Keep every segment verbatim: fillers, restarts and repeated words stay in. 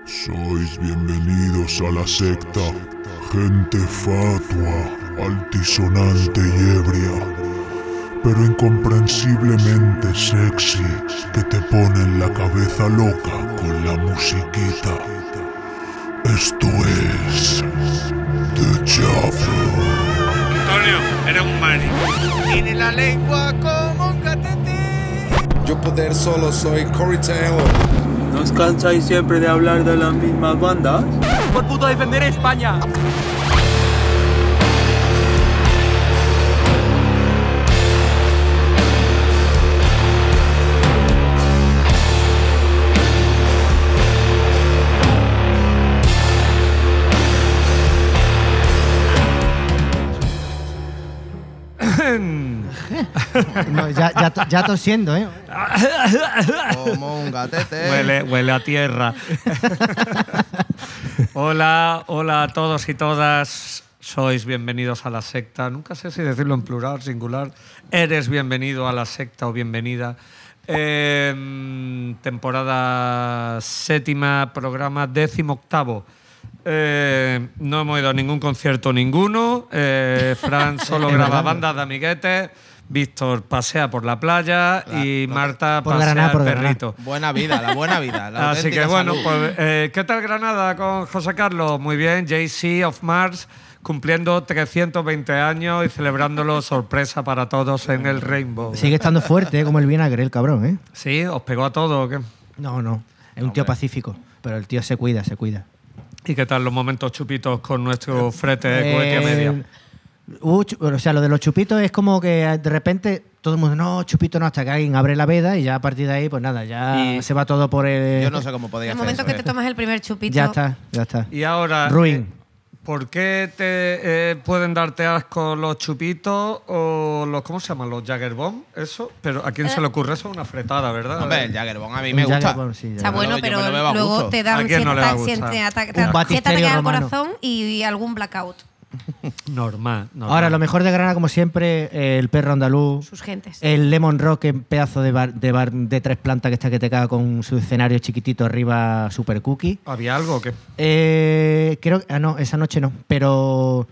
Sois bienvenidos a la secta, gente fatua, altisonante y ebria, pero incomprensiblemente sexy, que te ponen la cabeza loca con la musiquita. Esto es The Chapel. Antonio, eres un mani. Tiene la lengua como un catete. Yo poder solo soy Corey Taylor. ¿No os cansáis siempre de hablar de las mismas bandas? ¡Por puto defender a España! No, ya, ya, ya tosiendo, ¿eh? Como un gatete. Huele, huele a tierra. Hola, hola a todos y todas. Sois bienvenidos a la secta. Nunca sé si decirlo en plural, singular. Eres bienvenido a la secta o bienvenida. Eh, temporada séptima, programa décimo octavo. Eh, no hemos ido a ningún concierto ninguno. Eh, Fran solo graba bandas de amiguetes. Víctor pasea por la playa la, y Marta por pasea Granada, por el perrito. Buena vida, la buena vida. La Así que bueno, salud. pues, eh, ¿qué tal Granada con José Carlos? Muy bien, Jay-Z of Mars cumpliendo trescientos veinte años y celebrándolo sorpresa para todos en el Rainbow. Sigue estando fuerte, ¿eh? Como el vinagre, el cabrón, ¿eh? ¿Sí? ¿Os pegó a todo o qué? No, no. Es un tío pacífico, pero el tío se cuida, se cuida. ¿Y qué tal los momentos chupitos con nuestro frete de cohete a media? Eh, uh, o sea, lo de los chupitos es como que de repente todo el mundo, no, chupito no, hasta que alguien abre la veda y ya a partir de ahí, pues nada, ya Y- se va todo por el... Yo no sé cómo podía El hacer momento eso, que eh. te tomas el primer chupito. Ya está, ya está. Y ahora, Ruin. eh, ¿por qué te eh, pueden darte asco los chupitos o los, ¿cómo se llaman? Los Jagger Bomb, eso? Pero ¿a quién se le ocurre eso? Una fretada, ¿verdad? Hombre, el Jaggerbomb a mí Un me gusta. Jaggerbomb, sí, ya. Está bueno, Yo me pero lo bebo a luego gusto. te ¿A dan quién no le va a cierta, gustar? cierta ataque, Un cierta batisterio ataque al romano. corazón y, y algún blackout. Normal, normal. Ahora, lo mejor de Granada, como siempre, eh, el perro andaluz, Sus gentes. el Lemon Rock, que pedazo de bar, de bar de tres plantas que está que te caga con su escenario chiquitito arriba, super cookie. ¿Había algo o qué? Eh, creo ah, no, esa noche no, pero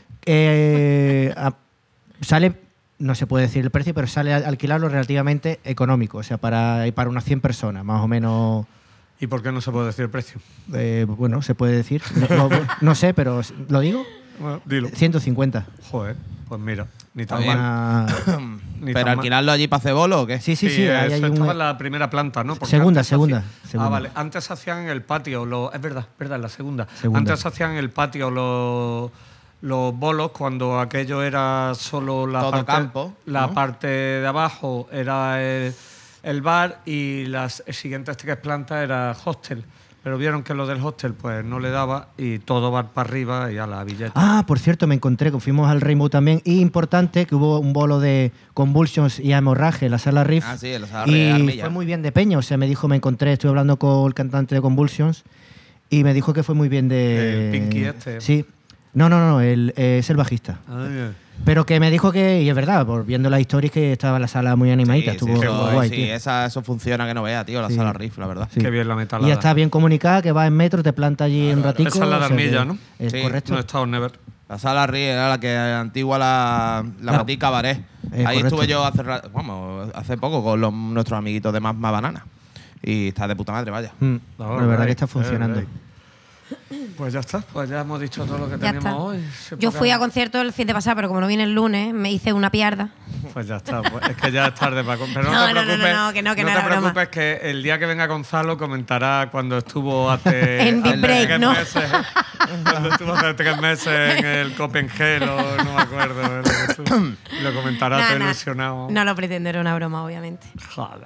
eh, a- sale, no se puede decir el precio, pero sale a alquilarlo relativamente económico, o sea, para, para unas cien personas, más o menos. ¿Y por qué no se puede decir el precio? Eh, bueno, se puede decir, no, no- no sé, pero ¿lo digo? Bueno, dilo. ciento cincuenta. Joder, pues mira, ni tan bien. mal. Una- Ni ¿Pero tan mal. alquilarlo allí para hacer bolo o qué? Sí, sí, sí, eh, ahí hay eso un- estaba en la primera planta, ¿no? Porque Segunda, antes segunda, hacía- segunda. Ah, vale. Antes se hacían en el patio, los, es verdad, es verdad, en la segunda. Segunda. Antes se hacían en el patio los, los bolos cuando aquello era solo la Todo parte, campo, la ¿no? parte de abajo era el, el bar y las siguientes tres plantas era hostel. Pero vieron que lo del hostel pues no le daba y todo bar para arriba y a la billeta. Ah, por cierto, me encontré, que fuimos al Rainbow también, y importante que hubo un bolo de Convulsions y Hemorragia en la sala Riff. Ah, sí, en la sala y Riff de Armilla. fue muy bien de peña, o sea, me dijo, me encontré, estuve hablando con el cantante de Convulsions y me dijo que fue muy bien de... El Pinky este. Sí. No, no, no, el, eh, es el bajista. Ay, Pero que me dijo que, y es verdad, por viendo las historias, que estaba la sala muy animadita, Sí, estuvo sí, eso, guay, sí, tío. esa, eso funciona que no vea, tío, la Sí. sala Riff, la verdad. Sí. Qué bien la metalada. Y está bien comunicada, que va en metro, te planta allí un ratico. Esa es la de o sea que- Armilla, ¿no? Es Sí, correcto. No he estado never. La sala Riff era la que antigua la, la Ah. Petit Cabaret. Eh, Ahí correcto. estuve yo hace, ra- vamos, hace poco con los, nuestros amiguitos de Más Más Banana. Y está de puta madre, vaya. Mm, No, la verdad right, que está funcionando. right. Pues ya está, pues ya hemos dicho todo lo que Ya teníamos está. hoy. Yo fui a con concierto el fin de pasado, pero como no vine el lunes, me hice una piarda. Pues ya está, pues es que ya es tarde para... con- Pero no, No, te no, no, preocupes, no, no, que no, que no te era broma. preocupes que el día que venga Gonzalo comentará cuando estuvo hace... En Big hace Break, tres ¿no? meses, cuando estuvo hace tres meses en el Copenhague, o no me acuerdo. ¿eh? Lo, que estuvo. Y lo comentará Nah, todo nah. ilusionado. No lo pretendo, era una broma, obviamente. Joder.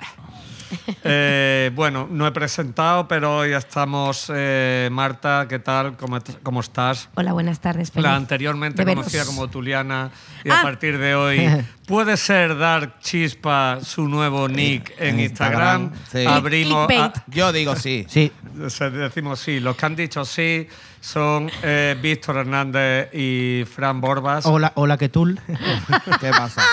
Eh, bueno, no he presentado, pero hoy estamos. Eh, Marta, ¿qué tal? ¿Cómo, est- cómo estás? Hola, buenas tardes. Feliz La anteriormente de veros. conocida como Tuliana y Ah. a partir de hoy puede ser Dark Chispa su nuevo nick en Instagram. Instagram, sí. Abrimos. Clickbait. a- Yo digo sí. Sí, o sea, decimos sí. Los que han dicho sí son eh, Víctor Hernández y Fran Borbas. hola, hola, que tú. ¿Qué pasa?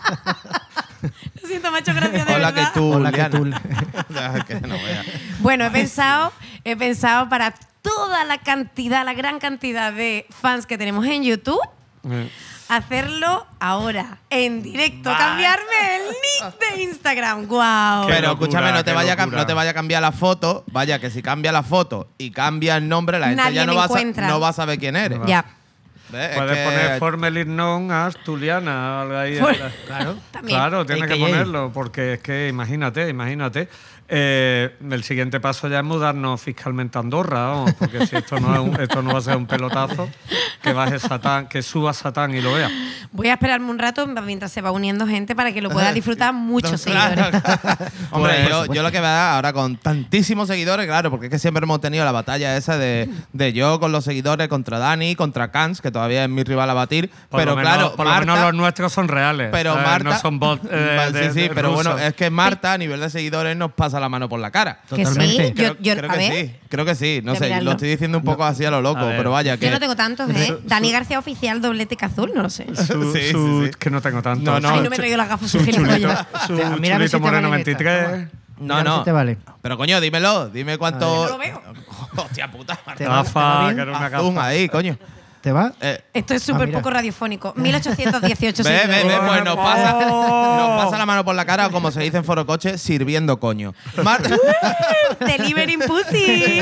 Lo siento, macho, gracias de Hola, que verdad. tú, Hola, que Liana. tú. O sea, que no vea. Bueno, he pensado he pensado para toda la cantidad, la gran cantidad de fans que tenemos en YouTube, Eh, hacerlo ahora, en directo, cambiarme el nick de Instagram. ¡Guau! Qué Pero locura, escúchame, no te, qué vaya a, cam- locura. no te vaya a cambiar la foto. Vaya, que si cambia la foto y cambia el nombre, la gente Nadie ya no me va, a, sa- encuentra. no va a saber quién eres. Ya, ¿Ves? Es Puedes que- poner formerly known as Tuliana. algo ahí. For- Claro. también. Claro, tienes que A K A. ponerlo, porque es que imagínate, imagínate. Eh, el siguiente paso ya es mudarnos fiscalmente a Andorra, vamos, porque si esto no, es un- esto no va a ser un pelotazo, que baje Satán, que suba Satán y lo vea. Voy a esperarme un rato mientras se va uniendo gente para que lo pueda disfrutar muchos Claro, seguidores. claro. Hombre, Pues, yo, yo lo que voy a dar ahora con tantísimos seguidores, claro, porque es que siempre hemos tenido la batalla esa de, de yo con los seguidores contra Dani, contra Kans, que todavía es mi rival a batir. Por pero lo menos, claro, por lo Marta, menos los nuestros son reales. pero ¿sabes? Marta, no son bots. eh, Vale, de- sí, sí, de pero bueno, rusos. es que Marta a nivel de seguidores nos pasa la mano por la cara. Que Totalmente. sí, yo, Creo, yo- creo a que ver, sí, creo que sí. No Voy a sé, mirarlo. lo estoy diciendo un poco así a lo loco, A ver. pero vaya que. yo no tengo tantos, ¿eh? Dani García Oficial, doblete que azul, no lo sé. Su- Sí, sí, su- sí. Que no tengo tanto. No, no. Ay, no me he traído las gafas Su de chulito, gilipollas. su Te- mira a ver chulito si te moreno valen estas, veintitrés. No, Mira, a ver no. si te vale. Pero coño, dímelo, dime cuánto. No lo veo. Hostia puta. ¿Te va- te va Gafa, bien? que era una Haz zoom gafa. ahí, coño. ¿Te va? Eh, Esto es súper mira. poco radiofónico. mil ochocientos dieciocho Ve, ve, seguidores. ve, pues nos Oh. pasa, nos pasa la mano por la cara, o como se dice en Foro Coche, sirviendo coño. Mar- Delivering Pussy.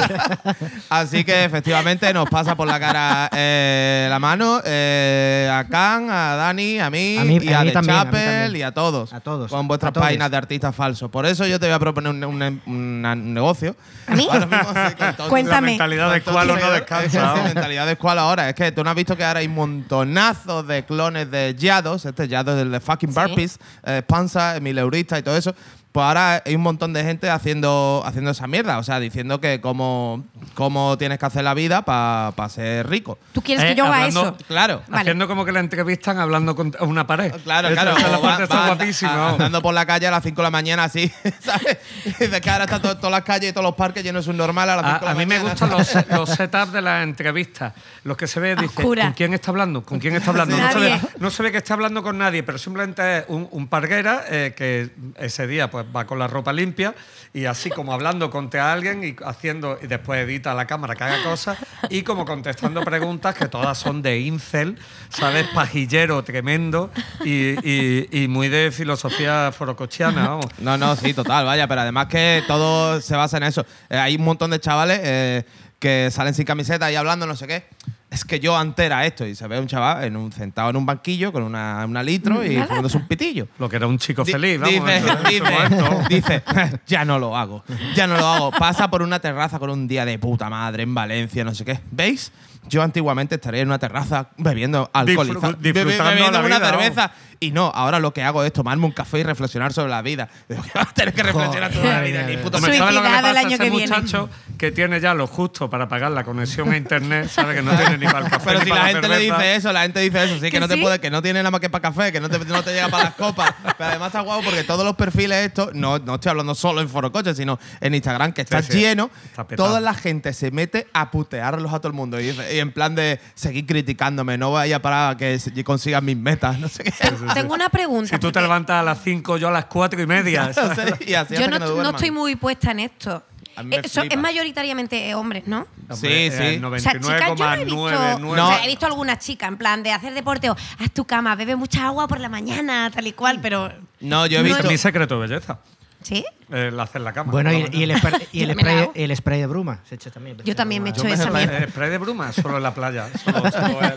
Así que efectivamente nos pasa por la cara eh, la mano eh, a Can, a Dani, a mí, A mí- y a a, mí The también, a mí Chapel también. y a todos. A todos, Con vuestras a todos. páginas de artistas falsos. Por eso yo te voy a proponer un, un- un- un negocio. ¿A mí? Ahora mismo, sí, con todo- Cuéntame. La mentalidad de con cual todo no tu- descansa. Sí, vamos. mentalidad de escuela ahora. Es que tú no has visto que ahora hay montonazos de clones de Yados. Este Yados es el de fucking Sí. Burpees, eh, Panza, Mil Eurista y todo eso. Pues ahora hay un montón de gente haciendo, haciendo esa mierda. O sea, diciendo que cómo, cómo tienes que hacer la vida para ser rico. ¿Tú quieres Eh, que yo haga hablando- eso? Claro. Vale. Haciendo como que la entrevistan hablando con una pared. Claro, Esa- claro. esa es la o parte va- está va guapísima. a- vamos. andando por la calle a las cinco de la mañana así, ¿sabes? Y dice que ahora están to- todas las calles y todos los parques llenos de subnormal a las cinco de A, la a mí me mañana. gustan los, los setups de las entrevistas. Los que se ve, dice, Oscura. ¿con quién está hablando? ¿Con quién está hablando? No se, ve, Nadie. no se ve que está hablando con nadie, pero simplemente es un, un parguera eh, que ese día pues va con la ropa limpia y así como hablando conte a alguien y haciendo y después edita la cámara que haga cosas y como contestando preguntas que todas son de incel, ¿sabes? Pajillero tremendo y, y- y muy de filosofía forocochiana, vamos. No, no, sí, total, vaya, pero además que todo se basa en eso. Eh, hay un montón de chavales eh, que salen sin camiseta y hablando no sé qué. Es que yo antes era esto y se ve un chaval en un, sentado en un banquillo con una, una litro y Nada. fumándose un pitillo. Lo que era un chico Di- feliz, vamos. dice, en su- en su dice, momento. dice, ya no lo hago, ya no lo hago. Pasa por una terraza con un día de puta madre en Valencia, no sé qué. ¿Veis? Yo antiguamente estaría en una terraza bebiendo alcoholizado, disfrutando bebiendo la una vida, cerveza. Y no, ahora lo que hago es tomarme un café y reflexionar sobre la vida. Digo, ¿qué vas a tener que reflexionar Joder, toda la vida? Ni puto Hombre, ¿sabes lo que le Suicidado pasa el a año ese que viene. muchacho que tiene ya lo justo para pagar la conexión a internet? ¿Sabe? Que no tiene ni para el café Pero ni si para la la gente le cerveza. dice eso, la gente dice eso, sí, que, ¿Que no te sí? puede, que no tiene nada más que para café, que no te, no te llega para las copas. Pero además está guapo porque todos los perfiles estos, no, no estoy hablando solo en Foro Coche, sino en Instagram, que está sí. lleno, Está petado. toda la gente se mete a putearlos a todo el mundo. Y, dice- y en plan de seguir criticándome, no vaya para que se- consigan mis metas, no sé qué. Tengo una pregunta. Si tú te porque levantas a las cinco, yo a las cuatro y media. No sé, y así yo hasta no, que no no duerman. estoy muy puesta en esto. A mí me Eh, so- flipa. es mayoritariamente eh, hombres, ¿no? Sí, sí. O sea, chicas, yo no he visto, noventa y nueve coma noventa y nueve. o sea, he visto algunas chicas en plan de hacer deporte o haz tu cama, bebe mucha agua por la mañana, tal y cual, pero No, yo he No visto. Es mi secreto de belleza. ¿sí? El hacer la cama. Bueno, por y, la y el, mañana. spray, y el, Yo me spray, la hago. el spray de bruma se echa también. Yo también me Bruma. echo Yo me- esa mierda. Eh, spray de bruma, solo en la playa. Solo, solo el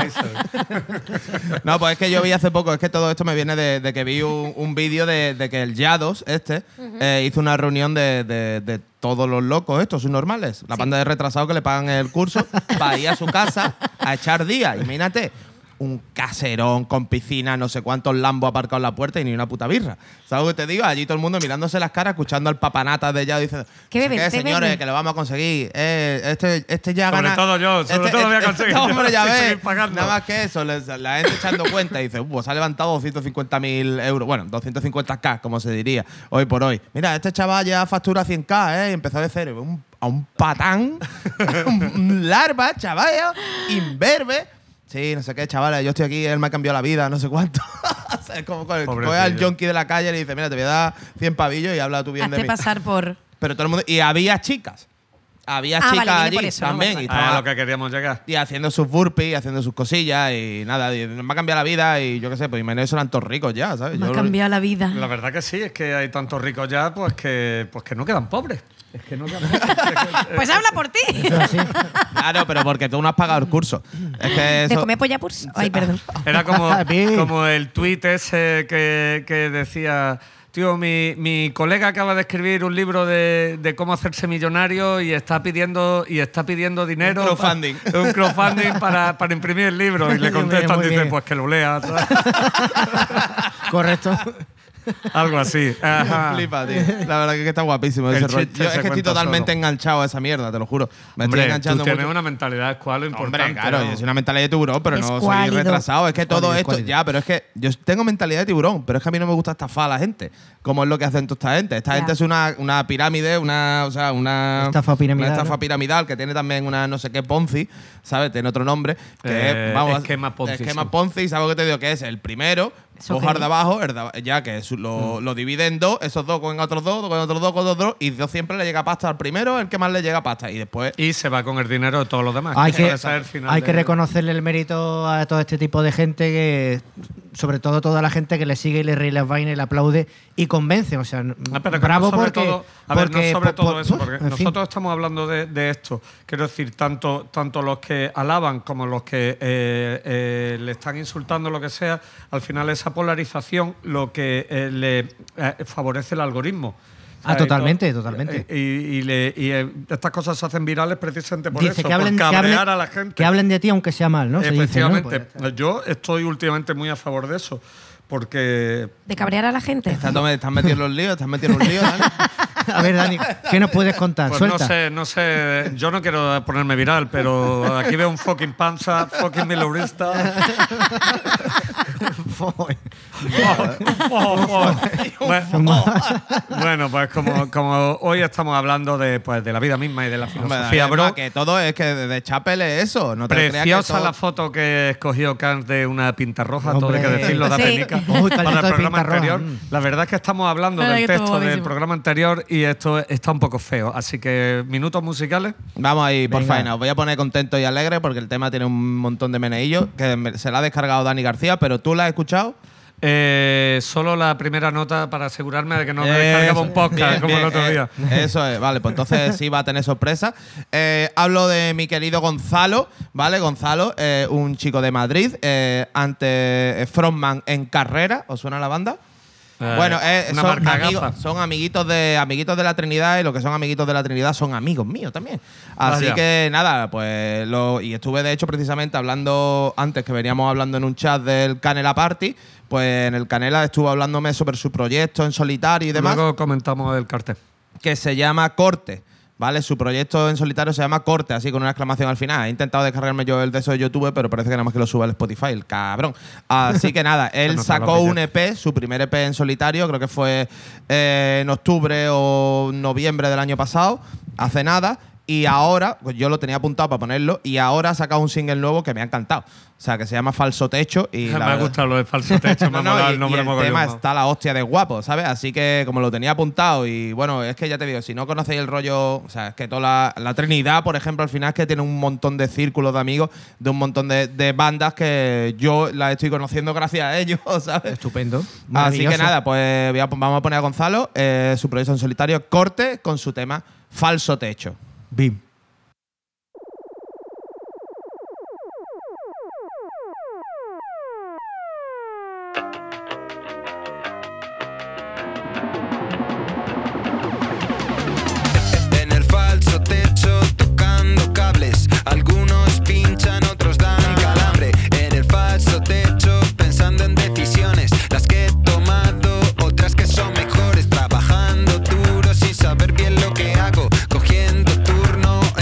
vaporizer. No, pues es que yo vi hace poco, es que todo esto me viene de, de que vi un, un vídeo de, de que el Yados, este, eh, hizo una reunión de, de- de todos los locos estos, sus normales. La banda de retrasados que le pagan el curso para ir a su casa a echar días. Imagínate, un caserón con piscina, no sé cuántos lambos aparcados en la puerta y ni una puta birra. ¿Sabes lo que te digo? Allí todo el mundo mirándose las caras, escuchando al papanata de Yados diciendo ¿Qué "No sé beben? qué, ¿Qué señores, beben?". que lo vamos a conseguir. Eh, este, este ya Sobre gana. todo yo, sobre todo lo voy a conseguir Este yo, hombre ya sin ves, seguir pagando. nada más que eso, les- la gente echando cuenta y dice, "Uh, se ha levantado doscientos cincuenta mil euros, bueno, doscientos cincuenta K, como se diría, hoy por hoy. Mira, este chaval ya factura cien K, ¿eh? Y empezó de cero. Un- a un patán, un larva, chaval, imberbe. Sí, no sé qué, chavales, yo estoy aquí, él me ha cambiado la vida, no sé cuánto. O sea, es como con- coge al Pobrecillo. yonki de la calle y le dice, mira, te voy a dar cien pavillos y habla tú bien de Hazte mí. pasar por. Pero todo el mundo. Y había chicas. había Ah, chicas vale, viene allí por eso, ¿no? también. Vale, Y, vale. Ah, estaba- a lo que queríamos llegar. y haciendo sus burpees, haciendo sus cosillas y nada. Y me ha cambiado la vida y yo qué sé, pues imagino que eran todos ricos ya, ¿sabes? Me Yo ha lo- cambiado la vida. La verdad que sí, es que hay tantos ricos ya, pues que, pues que no quedan pobres. Es que no quedan pobres. Pues habla por ti. Eso así. Claro, pero porque tú no has pagado el curso. Es que ¿De eso. comer polla purs? Ay, perdón. Era como, Bien. como el tuit ese que, que decía, tío, mi, mi colega acaba de escribir un libro de, de cómo hacerse millonario y está pidiendo, y está pidiendo dinero. Un crowdfunding. pa- un crowdfunding para, para imprimir el libro. Y le Muy contestan, bien, muy dice, bien. pues que lo lea. Correcto. Algo así. Ajá. Flipa, tío. La verdad que, que está guapísimo El ese rollo. chiste Yo se es que estoy cuenta totalmente solo. enganchado a esa mierda, te lo juro. Me Hombre, estoy enganchando tú tienes mucho. una mentalidad escualo importante. Hombre, claro, ¿no? yo soy una mentalidad de tiburón, pero no soy Escuálido. retrasado. Es que todo Escuálido, esto. escuálido. Ya, pero es que yo tengo mentalidad de tiburón, pero es que a mí no me gusta estafar a la gente, como es lo que hacen toda esta gente. Esta Ya. gente es una, una pirámide, una. O sea, una. Estafa piramidal, Una estafa ¿no? piramidal que tiene también una no sé qué Ponzi, ¿sabes? Tiene otro nombre. Que Eh, es, vamos, esquema Ponzi, Esquema sí. Ponzi, ¿sabes lo que te digo? Que es el primero. ¿Eso Cojo qué al de es? abajo, el de- ya que es- lo, lo divide en dos, esos dos con otros dos, con otros dos, con otros dos, y Dios siempre le llega pasta al primero, el que más le llega pasta. Y después. Y se va con el dinero de todos los demás. Hay Eso que, es el final hay de- que reconocerle el mérito a todo este tipo de gente que, sobre todo toda la gente que le sigue y le ríe las vainas y le aplaude y convence. O sea, Ah, pero que bravo no sobre porque. todo, a ver, porque- no sobre por- todo por- eso, uf, porque en fin. nosotros estamos hablando de, de esto. Quiero decir, tanto, tanto los que alaban como los que eh, eh, le están insultando, lo que sea, al final esa polarización lo que eh, le eh, favorece el algoritmo. Ah, ¿Sabes? totalmente, Todo- totalmente. Y, y le- y, eh, estas cosas se hacen virales precisamente por Dice eso, que hablen, por que, cabrear hablen, a la gente. que hablen de ti aunque sea mal, ¿no? Se dice, ¿no? Efectivamente. Pues ya está. Yo estoy últimamente muy a favor de eso, porque De cabrear a la gente. Estás estás metido en los líos, estás metido en los líos, Dani. A ver, Dani, ¿qué nos puedes contar? Pues Suelta. no sé, no sé, yo no quiero ponerme viral, pero aquí veo un fucking panza, fucking milurista. bueno, bueno, pues como, como hoy estamos hablando de, pues, de la vida misma y de la Hombre, filosofía, además bro. que todo es que de Chapel es eso. No te creas que Preciosa todo- la foto que escogió Kant de una pinta roja, todo hay que Hombre. decirlo, da Sí. penica. Uy, para caldito el de programa pinta roja, anterior. mm. La verdad es que estamos hablando La verdad del que estuvo texto del guapísimo. programa anterior y esto está un poco feo. Así que, minutos musicales. Vamos ahí, por Venga. faena. Os voy a poner contento y alegre porque el tema tiene un montón de meneillos que me- se la ha descargado Dani García, pero ¿tú la has escuchado? Eh, solo la primera nota para asegurarme de que no me Eso, descargaba un podcast bien, como bien, el otro eh, día. Eso es, vale, pues entonces sí va a tener sorpresa. Eh, hablo de mi querido Gonzalo, ¿vale? Gonzalo, eh, un chico de Madrid, eh, antes eh, frontman en Carrera, ¿os suena la banda? Eh, Bueno, eh, una son, marca amigos- gafa. son amiguitos de amiguitos de la Trinidad y lo que son amiguitos de la Trinidad son amigos míos también. Así Vaya. que nada, pues lo, y estuve de hecho precisamente hablando antes que veníamos hablando en un chat del Canela Party, pues en el Canela estuvo hablándome sobre su proyecto en solitario y demás, Luego comentamos el cartel. que se llama Corte. ¿Vale? Su proyecto en solitario se llama Corte, así con una exclamación al final. He intentado descargarme yo el de eso de YouTube, pero parece que nada más que lo sube al Spotify, el cabrón. Así que nada, él No te lo sacó pillas. un E P, su primer E P en solitario, creo que fue eh, en octubre o noviembre del año pasado, hace nada. Y ahora, pues yo lo tenía apuntado para ponerlo, y ahora ha sacado un single nuevo que me ha encantado. O sea, que se llama Falso Techo. Y me la ha verdad- gustado lo de falso techo, me ha no, no, molado y- el nombre y el mogollón. tema está la hostia de guapo, ¿sabes? Así que como lo tenía apuntado y bueno, es que ya te digo, si no conocéis el rollo, o sea, es que toda la, la Trinidad, por ejemplo, al final es que tiene un montón de círculos de amigos, de un montón de, de bandas que yo las estoy conociendo gracias a ellos, ¿sabes? Estupendo. Así que Maravilloso. nada, pues voy a- vamos a poner a Gonzalo, eh, su proyecto en solitario, Corte, con su tema Falso Techo. Bim. En el falso techo tocando cables, algunos pinchan, otros dan calambre. En el falso techo pensando en decisiones, las que he tomado, otras que son mejores. Trabajando duro sin saber bien lo que hago, cogiendo turno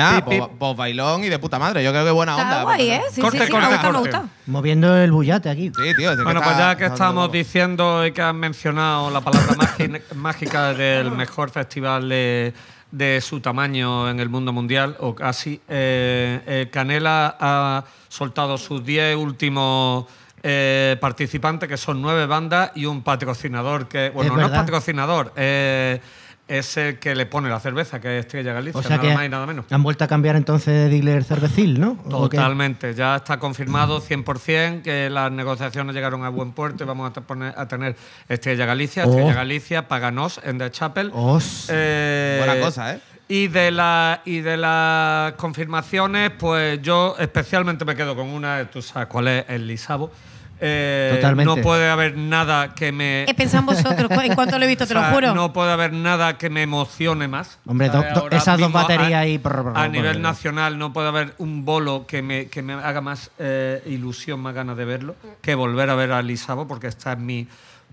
Genial, Pi, pi. pues, pues bailón y de puta madre. Yo creo que buena onda. Está guay, ¿eh? Sí, Corte, sí, sí, corte, me gusta, me corte. gusta. Moviendo el bullate aquí. Sí, tío. es que Bueno, está- pues ya que está estamos loco. diciendo y que has mencionado la palabra mági- mágica del mejor festival de, de su tamaño en el mundo mundial, o casi, eh, eh, Canela ha soltado sus diez últimos eh, participantes, que son nueve bandas y un patrocinador que, bueno, no es verdad. patrocinador, eh, es el que le pone la cerveza, que es Estrella Galicia, O sea nada que más y nada menos. han vuelto a cambiar entonces de dealer cervecil, ¿no? ¿O qué? Totalmente, ya está confirmado cien por ciento que las negociaciones llegaron a buen puerto y vamos a, te- poner- a tener Estrella Galicia, Oh. Estrella Galicia, Paganos en The Chapel. Os. Eh, Buena cosa, ¿eh? Y de, la, y de las confirmaciones, pues yo especialmente me quedo con una, tú sabes cuál es, el Lisabo. Eh, Totalmente. No puede haber nada que me... He pensado en vosotros cu- en cuanto lo he visto, te O sea, lo juro. No puede haber nada que me emocione más. Hombre, do- ¿Sabes? do- Ahora esas dos mismo, baterías a- ahí, brr, brr, A brr, nivel brr. nacional no puede haber un bolo que me, que me haga más eh, ilusión, más ganas de verlo, que volver a ver a Lisabo, porque está en mi.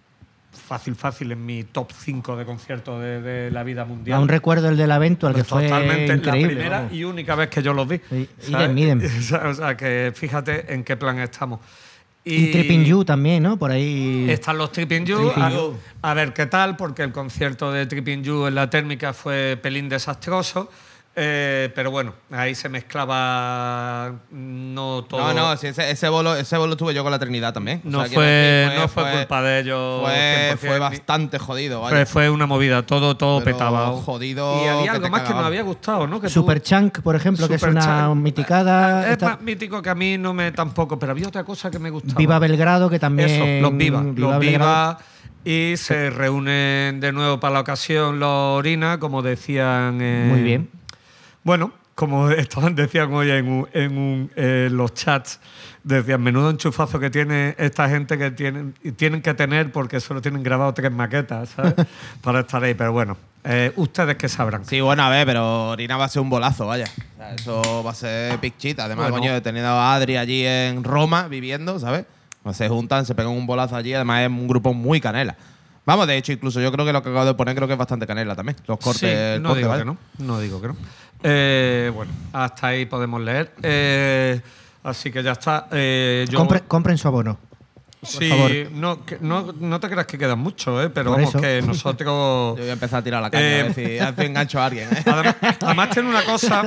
Fácil, fácil, en mi top cinco de conciertos de, de la vida mundial. Aún recuerdo el del evento, al que Pues fue totalmente increíble. la primera vamos. y única vez que yo los vi. Sí, ¿sabes? idem, idem. O sea, o sea, que fíjate en qué plan estamos. Y Tripping You también, ¿no? Por ahí. Están los Tripping You. Tripping A, You. a ver qué tal, porque el concierto de Tripping You en la térmica fue pelín desastroso. Eh, pero bueno, ahí se mezclaba no todo. No, no, sí, ese, ese, bolo, ese bolo tuve yo con la Trinidad también. O No sea, quiero fue, decir, no fue culpa de ellos. Fue, cien por cien, fue ni- bastante jodido, vaya. fue, fue una movida, todo, todo Pero petaba. jodido Y había que algo te más que nos cagaba. había gustado, ¿no? Que tú- Super Chunk, por ejemplo, que es Super una Chunk. miticada. Es Está- más mítico que a mí no me tampoco, pero había otra cosa que me gustaba. Viva Belgrado, que también. Eso, los Viva. los Belgrado. Viva. Y se reúnen de nuevo para la ocasión los Orina, como decían. eh, Muy bien. Bueno, como estaban, decían hoy en, un- en, un- en los chats, decían, menudo enchufazo que tiene esta gente que tienen, y tienen que tener porque solo tienen grabado tres maquetas, ¿sabes? Para estar ahí. Pero bueno, eh, ustedes que sabrán. Sí, bueno, a ver, pero Orina va a ser un bolazo, vaya. O sea, eso va a ser pichita. Además, Bueno. coño, he tenido a Adri allí en Roma viviendo, ¿sabes? Pues se juntan, se pegan un bolazo allí. Además, es un grupo muy canela. Vamos, de hecho, incluso yo creo que lo que acabo de poner creo que es bastante canela también. Los cortes. Sí, el no corte, digo ¿vale? que no. No digo que no. Eh, bueno, hasta ahí podemos leer. Eh, así que ya está. Eh, yo, Compre- compren su abono. sí, favor. no, que- no, no te creas que quedan mucho, ¿eh? Pero Por vamos, eso. que nosotros. Yo voy a empezar a tirar la caña Eh, a ver si, a ver si engancho a alguien. ¿eh? Además, además tiene una cosa,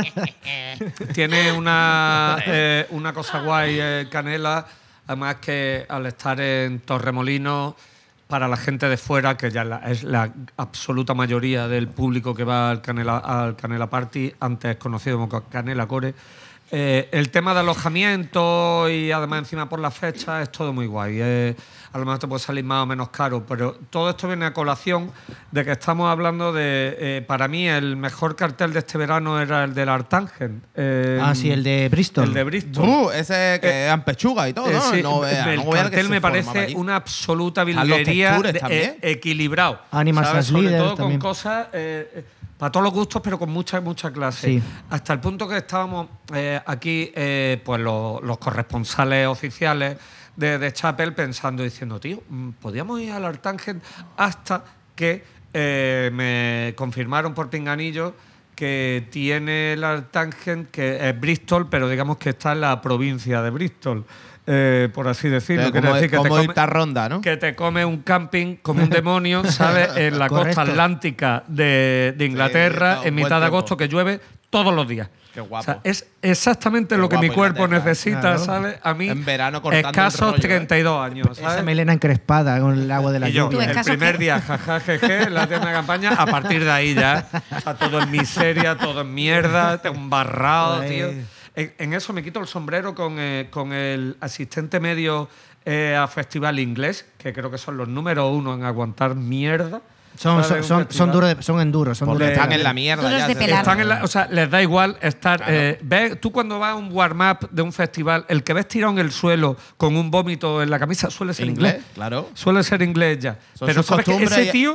tiene una, eh, una cosa guay, eh, Canela, además que al estar en Torremolinos, para la gente de fuera, que ya la- es la absoluta mayoría del público que va al Canela, al Canela Party, antes conocido como Canela Core, eh, el tema de alojamiento y además encima por la fecha es todo muy guay. Eh, a lo mejor te puede salir más o menos caro, pero todo esto viene a colación de que estamos hablando de, eh, para mí, el mejor cartel de este verano era el del Artangent. eh, Ah, sí, el de Bristol. El de Bristol. Uh, ese que Eh, eran pechuga y todo, Eh, ¿no? sí, no vea, el no vea que cartel se me formaba parece allí. una absoluta Están los virguería textures de- también. eh, equilibrado. Animals ¿sabes? as Sobre Leaders todo también. con cosas eh, eh, para todos los gustos, pero con mucha, mucha clase. Sí. Hasta el punto que estábamos eh, aquí, eh, pues los, los corresponsales oficiales de, de Chapel pensando, diciendo, tío, mm, podíamos ir al Artangent, hasta que eh, me confirmaron por pinganillo que tiene el Artangent, que es Bristol, pero digamos que está en la provincia de Bristol, eh, por así decirlo. Eh, Quiere como decir que te como come- irte a ronda, ¿no? que te come un camping como un demonio, ¿sabes? En la Correcto. costa atlántica de, de Inglaterra, todo un en buen mitad de tiempo. agosto, que llueve todos los días. Qué guapo. O sea, es exactamente Qué lo que mi guapo cuerpo Inglaterra. necesita, Claro. ¿sabes? A mí, En verano cortando el escasos rollo, ¿eh? treinta y dos años, Esa ¿sabes? melena encrespada con el agua de la Y yo, Tú lluvia. el escasos primer que- día, jaja, jeje, la tienda de campaña, a partir de ahí ya, o sea, todo en miseria, todo en mierda, embarrado, Ay. tío. En, en eso me quito el sombrero con, eh, con el asistente medio eh, a festival inglés, que creo que son los número uno en aguantar mierda. Son, ¿sabes? son, Un son, festival. son duros, de- son enduros, son Porque duros. de están pegar. en la mierda. Duros ya, de se- pelar. Están en la- o sea, les da igual estar. eh, ves, tú cuando vas a un warm-up de un festival, el que ves tirado en el suelo con un vómito en la camisa suele ser inglés. Inglés, claro. Suele ser inglés ya. Son Pero sus sabes que costumbres ese y- tío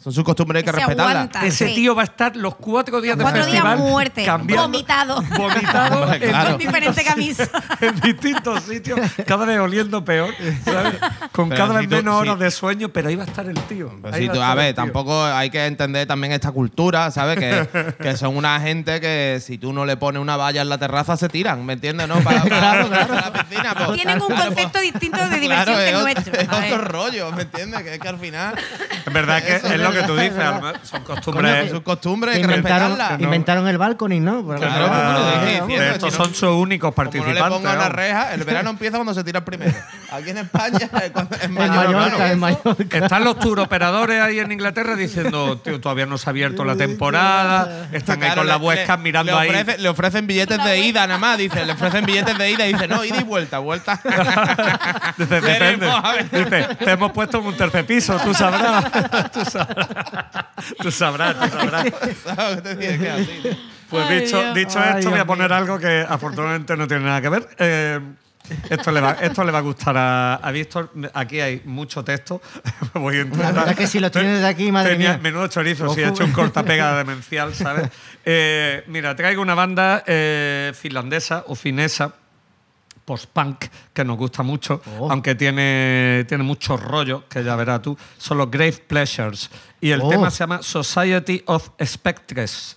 Son sus costumbres, hay que Se respetarlas. aguanta. Ese Sí. tío va a estar los cuatro días Los de cuatro días festival muerte, cambiando- vomitado. vomitado Hombre, en- claro. Con diferente camisa. en distintos sitios, cada vez oliendo peor, ¿sabes? Con Pero cada vez si tú- menos si- horas de sueño, pero ahí va a estar el tío. Pues Ahí sí, va tú- a a estar ver, el tío. tampoco hay que entender también esta cultura, ¿sabes? Que, que son una gente que si tú no le pones una valla en la terraza se tiran, ¿me entiendes? ¿No? Para, para- Claro, para claro. la piscina. pues, Tienen un claro, concepto pues, distinto de diversión claro, que es el otro- nuestro. Es A ver. otro rollo, ¿me entiendes? Que es que al final Es verdad que Eso es es lo que verdad, tú dices, es verdad. además, son es costumbres. sus costumbres, hay Que que inventaron, respetarlas. inventaron el balconing, ¿no? Por Claro, ejemplo. como le Ah, dije vamos. diciendo, de estos si no- son sus únicos Como no participantes. le pongan una vamos. reja, el verano empieza cuando se tira el primero. Aquí en España, es cuando- en En Mallorca, Mallorca, en Mallorca. Están los tour operadores ahí en Inglaterra diciendo, tío, todavía no se ha abierto la temporada. Están ahí Claro, con la le- webcam le- mirando le ahí. ofrece- Le ofrecen billetes de ida nada más, dice. Le ofrecen billetes de ida y dice, no, ida y vuelta, vuelta. Dice, depende. Veremos, a ver. Dice, te hemos puesto en un tercer piso, tú sabrás. Tú sabrás. Tú sabrás, tú sabrás. ¿Sabes qué te dice? Que así, tío. Pues Ay, dicho, Dios. dicho Ay, esto, voy a Dios poner mío. algo que afortunadamente no tiene nada que ver. Eh, esto, le va, esto le va a gustar a, a Víctor. Aquí hay mucho texto. Voy a La intentar- verdad que si lo tienes de aquí, madre Tenía mía. menudo chorizo, Lo si he fu- hecho un cortapega demencial, ¿sabes? Eh, mira, traigo una banda eh, finlandesa o finesa, post-punk, que nos gusta mucho, Oh. aunque tiene, tiene mucho rollo, que ya verás tú. Son los Grave Pleasures. Y el Oh. tema se llama Society of Spectres.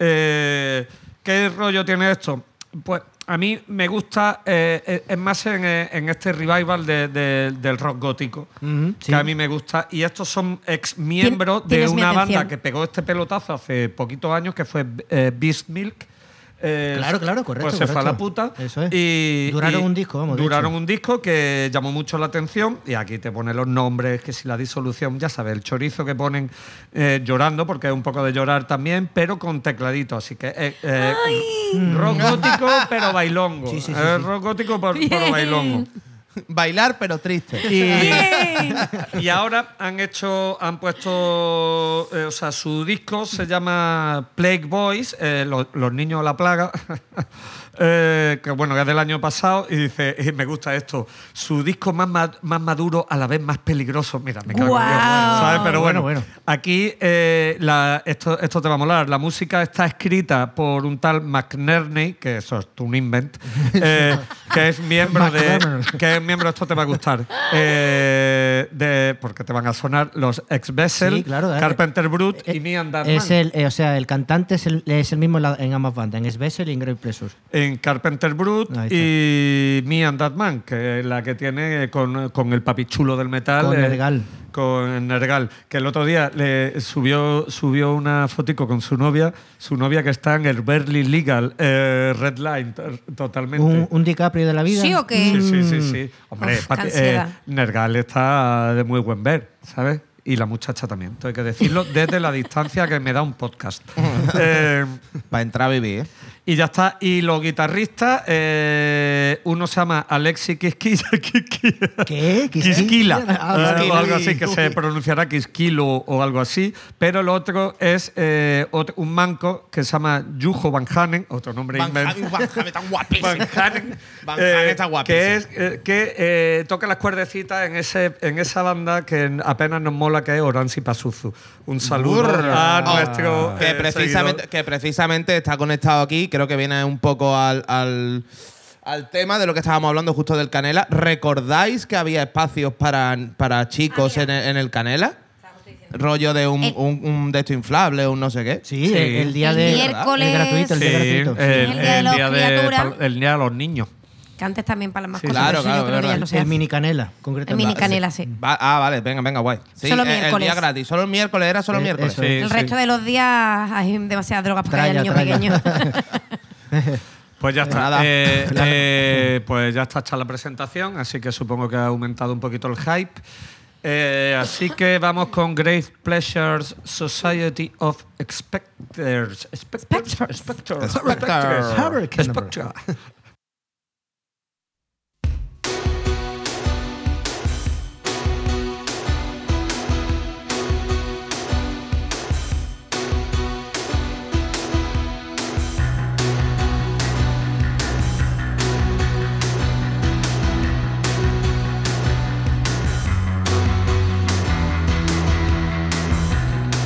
Eh, ¿Qué rollo tiene esto? Pues a mí me gusta, eh, eh, es más en, eh, en este revival de- de- del rock gótico, Ujú, sí. que a mí me gusta. Y estos son ex miembros Tien- de tienes mi una atención. banda que pegó este pelotazo hace poquitos años, que fue eh, Beast Milk. Eh, Claro, claro, correcto, Pues se fue a la correcto. puta. Eso es. Y, Duraron y un disco, vamos, de Duraron hecho. un disco que llamó mucho la atención. Y aquí te pone los nombres, que si la disolución, ya sabes, el chorizo que ponen eh, llorando, porque es un poco de llorar también, pero con tecladito. Así que eh, eh, rock gótico, pero bailongo. Sí, sí, sí, Eh, sí. rock gótico, por- Bien. pero bailongo. Bailar, pero triste. Y, Bien. y ahora han hecho, han puesto, eh, o sea, su disco se llama Plague Boys, eh, los, los niños de la plaga, eh, que bueno, que es del año pasado, y dice, y me gusta esto, su disco más, ma- más maduro, a la vez más peligroso. Mira, me cago en Dios, Guau. ¿sabes? Pero bueno, Bueno, bueno. aquí eh, la- esto, esto te va a molar. La música está escrita por un tal McNerney, que eso es un invent, eh, que es miembro de. McNerney. Que es miembro, esto te va a gustar. eh, de, porque te van a sonar los ex Bessel, Sí, claro, eh, Carpenter Brut eh, y Me and That Man. Es el, eh, o sea, el cantante es el, es el mismo en, la- en ambas bandas, en Svessel y en Grave Pleasures. En Carpenter Brut Ahí está. y Me and That Man, que es la que tiene con, con el papichulo del metal. Con eh, Nergal. Con Nergal. Que el otro día le subió, subió una fotico con su novia, su novia que está en el Berly Legal eh, Red Line, to- totalmente. Un, un DiCaprio de la vida. ¿Sí o qué? Sí, sí, sí, Mm. sí. Hombre, Uf, papi- qué ansiedad. eh, Nergal está de muy buen ver, ¿sabes? Y la muchacha también. Esto hay que decirlo desde la distancia que me da un podcast. Eh, Para entrar a vivir, ¿eh? y ya está. Y los guitarristas, eh, uno se llama Alexi Quisquilla. ¿Qué? Quisquila. Ah, eh, vale. o algo así, que se pronunciará Quisquilo o algo así. Pero el otro es eh, otro- un manco que se llama Juho Van Hanen, otro nombre Van invent. Hanen, Van Hanen, tan guapísimo. Van Hanen, Van eh, Hanen está guapísimo. que es eh, que eh, toca las cuerdecitas en ese en esa banda que apenas nos mola, que es Oranzi Pazuzu. Un saludo Burra. a nuestro que eh, precisamente seguidor. que precisamente está conectado aquí, creo que viene un poco al, al, al tema de lo que estábamos hablando justo del Canela. ¿Recordáis que había espacios para, para chicos en, el, en el Canela? Rollo de un, El- un, un de esto inflable, un no sé qué. Sí, Sí. El, el día El de. miércoles- El gratuito, el Sí, día gratuito. el, El día de el los día de, criaturas. pal- el día de los niños. Que antes también para las mascotas. Claro, pero eso claro, yo creo que verdad. ya no se El hace. mini canela, El concretamente. mini canela, sí. Va- ah, vale, venga, venga, guay. Sí, Solo eh, el miércoles. día gratis. Solo el miércoles, era solo el Eh, miércoles. eso Sí, es. El sí. resto de los días hay demasiadas drogas para que haya Tralla, niños tralla. pequeños. Pues ya está. Nada. Eh, eh, pues ya está hecha la presentación, así que supongo que ha aumentado un poquito el hype. Eh, así que vamos con Grave Pleasures Society of Spectres. Spectres. Spectres. Spectres. Spectres. Spectres. Thank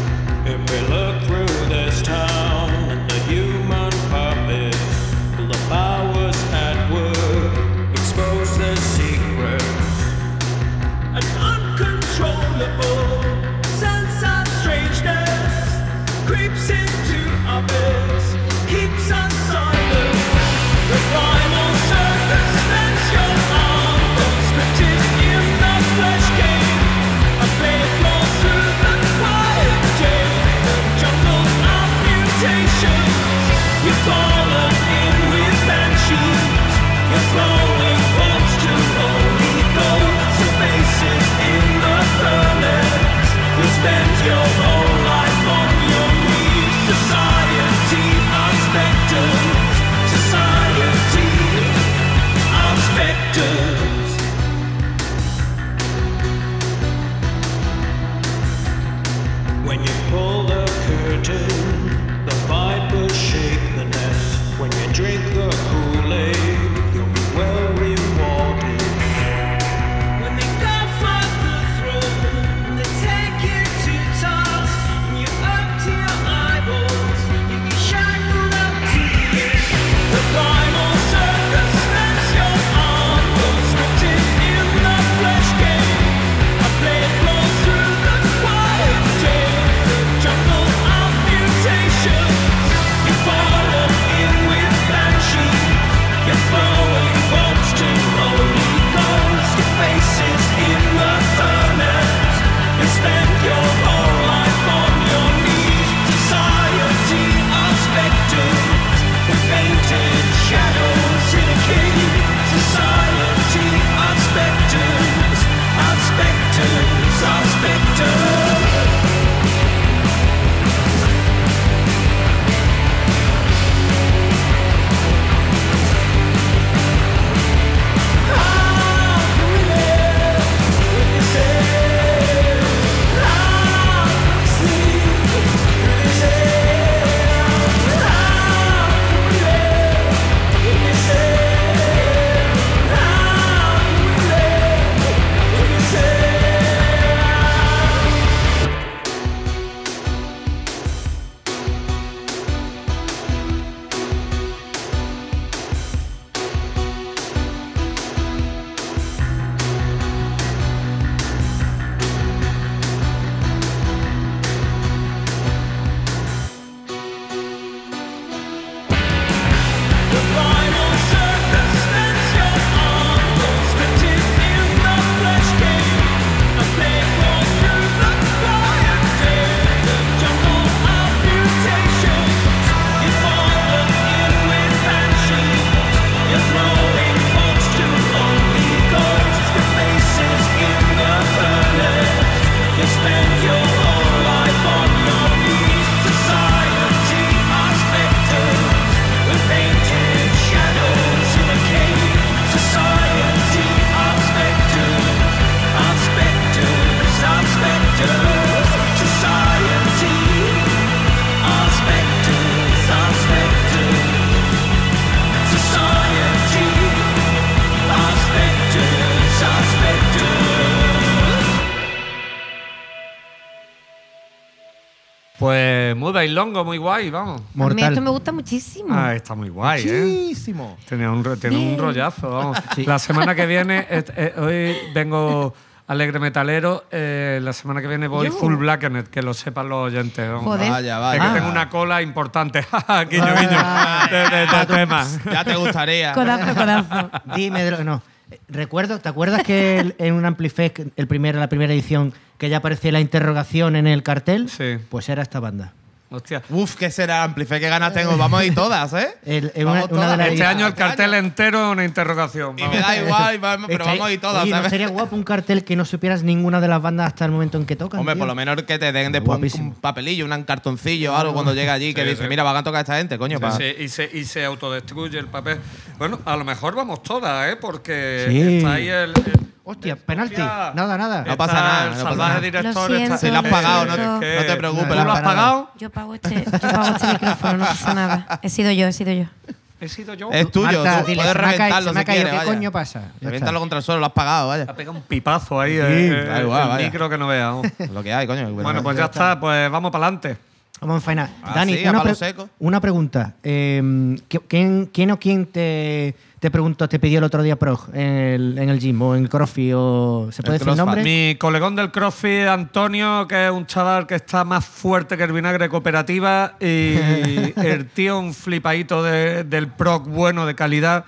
Pues muy bailongo, muy guay, vamos. A mí Mortal. esto me gusta muchísimo. Ah, está muy guay, ¿eh? Muchísimo. Tiene un, ro- tiene un Bien. rollazo, vamos. Sí. La semana que viene, et- eh, hoy vengo alegre metalero, eh, la semana que viene voy Yo. full blackened, que lo sepan los oyentes. vamos. Joder. Vaya, Es vaya. que tengo una cola importante, guiño, guiño, de, de, de temas. Ya te gustaría. Codazo, codazo. Dime de lo no. Eh, Recuerdo, ¿te acuerdas que el- en un Amplifest, el primer, la primera edición, que ya aparecía la interrogación en el cartel? Sí. Pues era esta banda. Hostia. Uf, qué será Amplife, qué ganas tengo. Vamos a ir todas, ¿eh? El- en Vamos una- una de todas. las Este año el Este cartel año. entero es una interrogación. Y vamos. me da igual, vamos- pero Estaría- vamos a ir todas, Oye, ¿no ¿sabes? sería guapo un cartel que no supieras ninguna de las bandas hasta el momento en que tocan? Hombre, tío? por lo menos que te den después un, Guapísimo. un papelillo, un cartoncillo o algo cuando llega allí que Sí, dice, sí. mira, van a tocar esta gente, coño. Sí, pa- sí, y, se, y se autodestruye el papel. Bueno, a lo mejor vamos todas, ¿eh? Porque Sí. está ahí el. el- Hostia, el- penalti. hostia. Nada, nada. No pasa Está nada, el no pasa salvaje nada. director. Lo siento, está- Si la has lo pagado, no, siento. te- no te preocupes. ¿Tú la lo has has pagado? Yo pago este, yo pago este micrófono, no pasa nada. He sido yo, he sido yo. He sido yo. Es tuyo, Marta, tú dile, puedes se me ha caído- reventarlo se me ha si caído, quieres, ¿qué vaya. coño pasa? Ya está. Reviéntalo contra el suelo, lo has pagado, vaya. Ha pegado un pipazo ahí. eh, da eh, igual, el vaya. micro que no veamos. Lo que hay, coño. Bueno, pues ya está, pues vamos para adelante. Vamos a enfainar. Ah, Dani, sí, a una, palo pre- seco. una pregunta. Eh, ¿qui- ¿quién, ¿Quién o quién te, te preguntó, te pidió el otro día prog en el, en el gym o en el crossfit? O, ¿se puede El decir el nombre? Mi colegón del CrossFit, Antonio, que es un chaval que está más fuerte que el vinagre cooperativa, y el tío un flipadito de- del prog bueno, de calidad.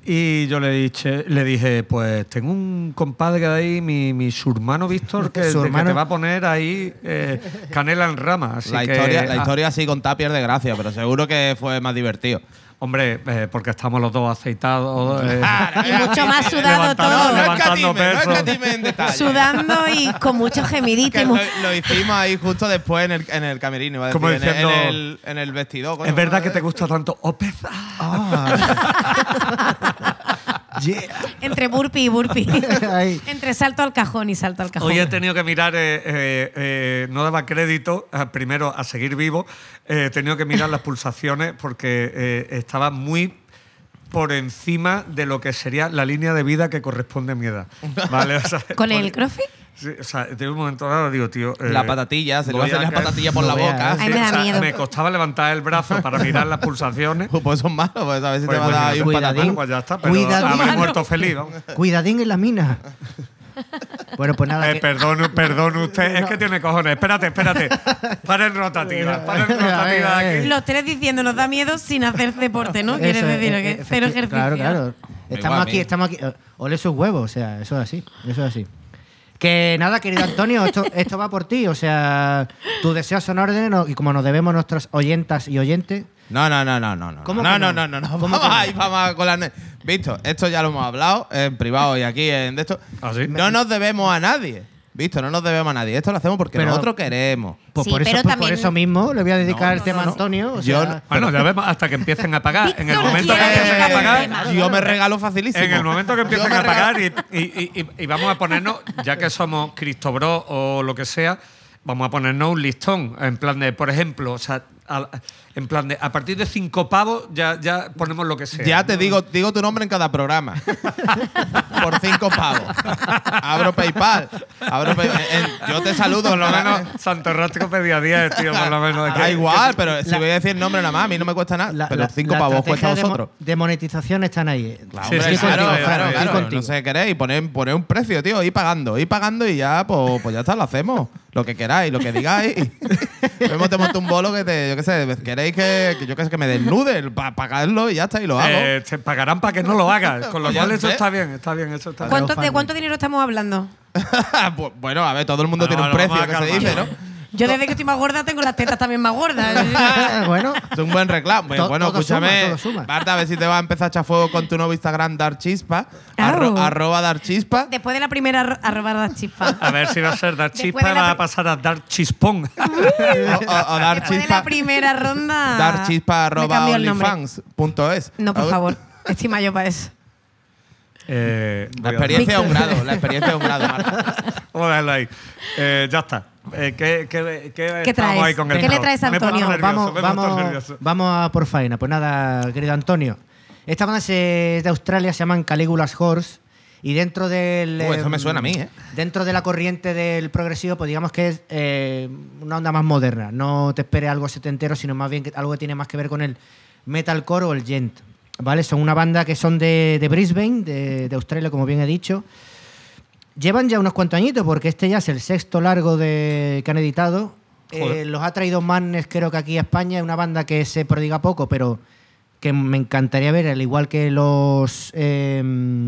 Y yo le dije, le dije, pues tengo un compadre ahí, mi, mi su hermano Víctor, que, Su que hermano. te va a poner ahí eh, canela en rama. Así La que, historia, la ah, historia sí contada pierde gracia, pero seguro que fue más divertido. hombre, eh, porque estamos los dos aceitados. eh, Y mucho más sudado Levantando- todo. No, no levantando escatime, no peso. escatime en detalle. Sudando y con mucho gemidito. Que y lo, mu- lo hicimos ahí justo después en el, en el camerino, iba a Como decir, en, diciendo, en el, en el vestidor. coño. es verdad que te gusta tanto Opez. Yeah. Entre burpee y burpee. Ahí. Entre salto al cajón y salto al cajón. Hoy he tenido que mirar, eh, eh, eh, no daba crédito, eh, primero a seguir vivo, eh, he tenido que mirar las pulsaciones porque eh, estaba muy por encima de lo que sería la línea de vida que corresponde a mi edad. ¿Vale? O sea, ¿Con por- el crossfit? Sí, o sea, de un momento dado digo, tío. eh, La patatilla, se le va a voy hacer la caer- patatilla por no la veas. boca. Ay, me da o sea, miedo. me costaba levantar el brazo para mirar las pulsaciones. Pues son malos, pues a ver si Pues, te va a dar ahí un cuidadín. patatón. bueno, pues ya está, pero Cuidadín. habré Mano. muerto feliz. vamos. Cuidadín en la mina. Bueno, pues nada. Eh, que- perdón, perdón usted, es que tiene cojones. Espérate, espérate. Paren rotativas, paren rotativas aquí. Los tres diciendo nos da miedo sin hacer deporte, ¿no? Quieres Eso es, decir eh, que eh, cero efecti- ejercicio. Claro, claro. Me Estamos igual a aquí, mí. estamos aquí. eh, Ole sus huevos, o sea, eso es así. Eso es así. Que nada, querido Antonio, esto, esto va por ti. O sea, tus deseos son órdenes no- y como nos debemos nuestros oyentas y oyentes. No, no, no, no, no. no. ¿Cómo no, que no, no? no, no, no. ¿Cómo Vamos que no? ahí, vamos a con la ne- Visto, esto ya lo hemos hablado en privado y aquí en de esto. ¿Ah, sí? No nos debemos a nadie. Visto, no nos debemos a nadie. Esto lo hacemos porque Pero- nosotros queremos. Pues Sí, por, eso, pero pues también- por eso mismo le voy a dedicar No, el no, tema no, a no. Antonio. O Yo sea, no- Bueno, ya vemos hasta que empiecen a pagar. En el Víctor momento que quiere empiecen a que pagar, tema. Yo me regalo facilísimo. en el momento que empiecen Yo me a pagar regalo- y, y- y- y vamos a ponernos, ya que somos Cristo Bro o lo que sea, vamos a ponernos un listón. En plan de, por ejemplo, o sea, al- en plan de, a partir de cinco pavos ya, ya ponemos lo que sea. Ya te digo, digo tu nombre en cada programa. Por cinco pavos. Abro PayPal. Abro Pay- en- en- yo te saludo. Por lo menos Santo Rastro pedía diez, tío, por lo menos. Da Que- igual, pero si la- voy a decir el nombre nada más, a mí no me cuesta nada. la- pero la- cinco la pavos estrategia cuesta a de mo- vosotros. De monetización están ahí. Claro, Sí, hombre, sí, sí, claro, sí, sí, claro, sí, claro. sí, No contigo. sé qué queréis. Poner, poner un precio, tío. Ir pagando, ir pagando y ya, pues, pues ya está, lo hacemos. Lo que queráis, lo que digáis. Vemos, te monto un bolo que te, yo qué sé, queréis que, que yo qué sé, que me desnude para pagarlo y ya está, y lo hago. Eh, te pagarán para que no lo hagas. Con lo Ya cual, eso sé. está bien, está bien, eso está bien. ¿Cuánto- ¿De crowdfunding. cuánto dinero estamos hablando? Pues, bueno, a ver, todo el mundo Bueno, tiene un bueno, precio, vamos que a se dice, calmar. ¿no? Yo desde que estoy más gorda tengo las tetas también más gordas. bueno, Es un buen reclamo. Bueno, To- bueno, todo escúchame, suma, todo suma. Marta, a ver si te va a empezar a echar fuego con tu nuevo Instagram, Darchispa. Au. Arro, arroba Darchispa. Después de la primera arro- a robar las chispas. A ver si va a ser dar Después chispa, de la va a pri- pasar a dar chispón. o, o- o Después de Darchispa. la primera ronda. Darchispa me arroba cambio el nombre. onlyfans punto es. No, por A ver. favor. Estoy mayor para eso. Eh, La voy a- experiencia es un Víctor. grado, la experiencia es un grado, Marta. Vamos a dejarlo ahí. Eh, ya está. Eh, ¿Qué, qué, qué, ¿Qué estamos traes? ahí con el ¿Qué le pro? traes, Me he puesto Antonio? nervioso, vamos, me he puesto vamos, nervioso. vamos a por faena. Pues nada, querido Antonio. Esta banda es de Australia, se llaman Caligula's Horse. Y dentro del... Uh, eso me em, suena a mí, ¿eh? Dentro de la corriente del progresivo, pues digamos que es eh, una onda más moderna. No te esperes algo setentero, sino más bien que, algo que tiene más que ver con el metalcore o el gent. ¿Vale? Son una banda que son de, de Brisbane, de, de Australia, como bien he dicho. Llevan ya unos cuantos añitos, porque este ya es el sexto largo de, que han editado. Eh, los ha traído Madness, creo que aquí a España. Es una banda que se prodiga poco, pero que me encantaría ver, al igual que los... Eh,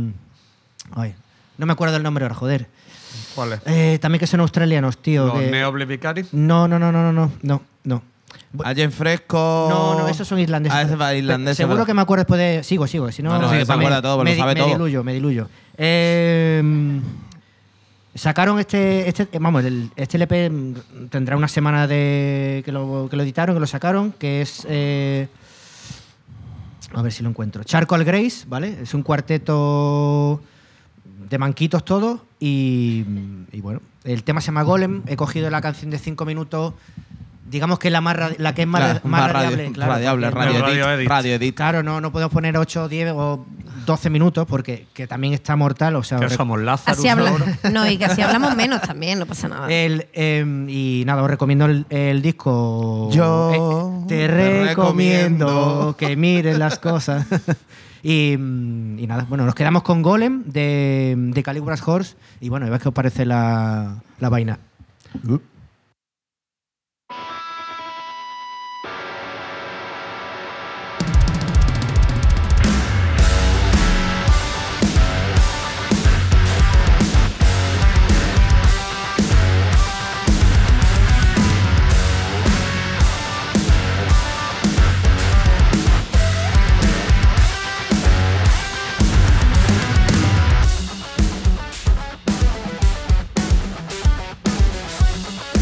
ay, no me acuerdo del nombre ahora, joder. ¿Cuál es? Eh, también que son australianos, tío. ¿Los de- Neo Oblivicari? No, no, no, no, no, no, no, no. Allen Fresco. No, no, esos son irlandeses. Ah, ese va irlandés. Seguro ¿verdad? que me acuerdo después de... Sigo, sigo, si no... No, no, me- sí, se acuerda todo, pero me, lo sabe me todo. diluyo, me diluyo. Eh, sacaron este... este vamos, el- este L P tendrá una semana de que lo, que lo editaron, que lo sacaron, que es... eh, a ver si lo encuentro. Charcoal Grace, ¿vale? Es un cuarteto de manquitos todos y, y bueno, el tema se llama Golem. He cogido la canción de cinco minutos, digamos que la, más radi- la que es más, Claro, más más radiable. radio- claro, radiable, porque- radio, Radio edit, edit. radio edit. Claro, no, no podemos poner ocho, diez o doce minutos porque que también está mortal. O sea, Que os rec- somos Lázaro Así habla- ahora. No, y que así hablamos menos también, no pasa nada. el, eh, y nada, os recomiendo el, el disco. Yo Eh, te, te recomiendo, recomiendo. que mires las cosas. y, mm, y nada, bueno, nos quedamos con Golem de, de Calibra's Horse. Y bueno, a ver qué os parece la, la vaina. Yo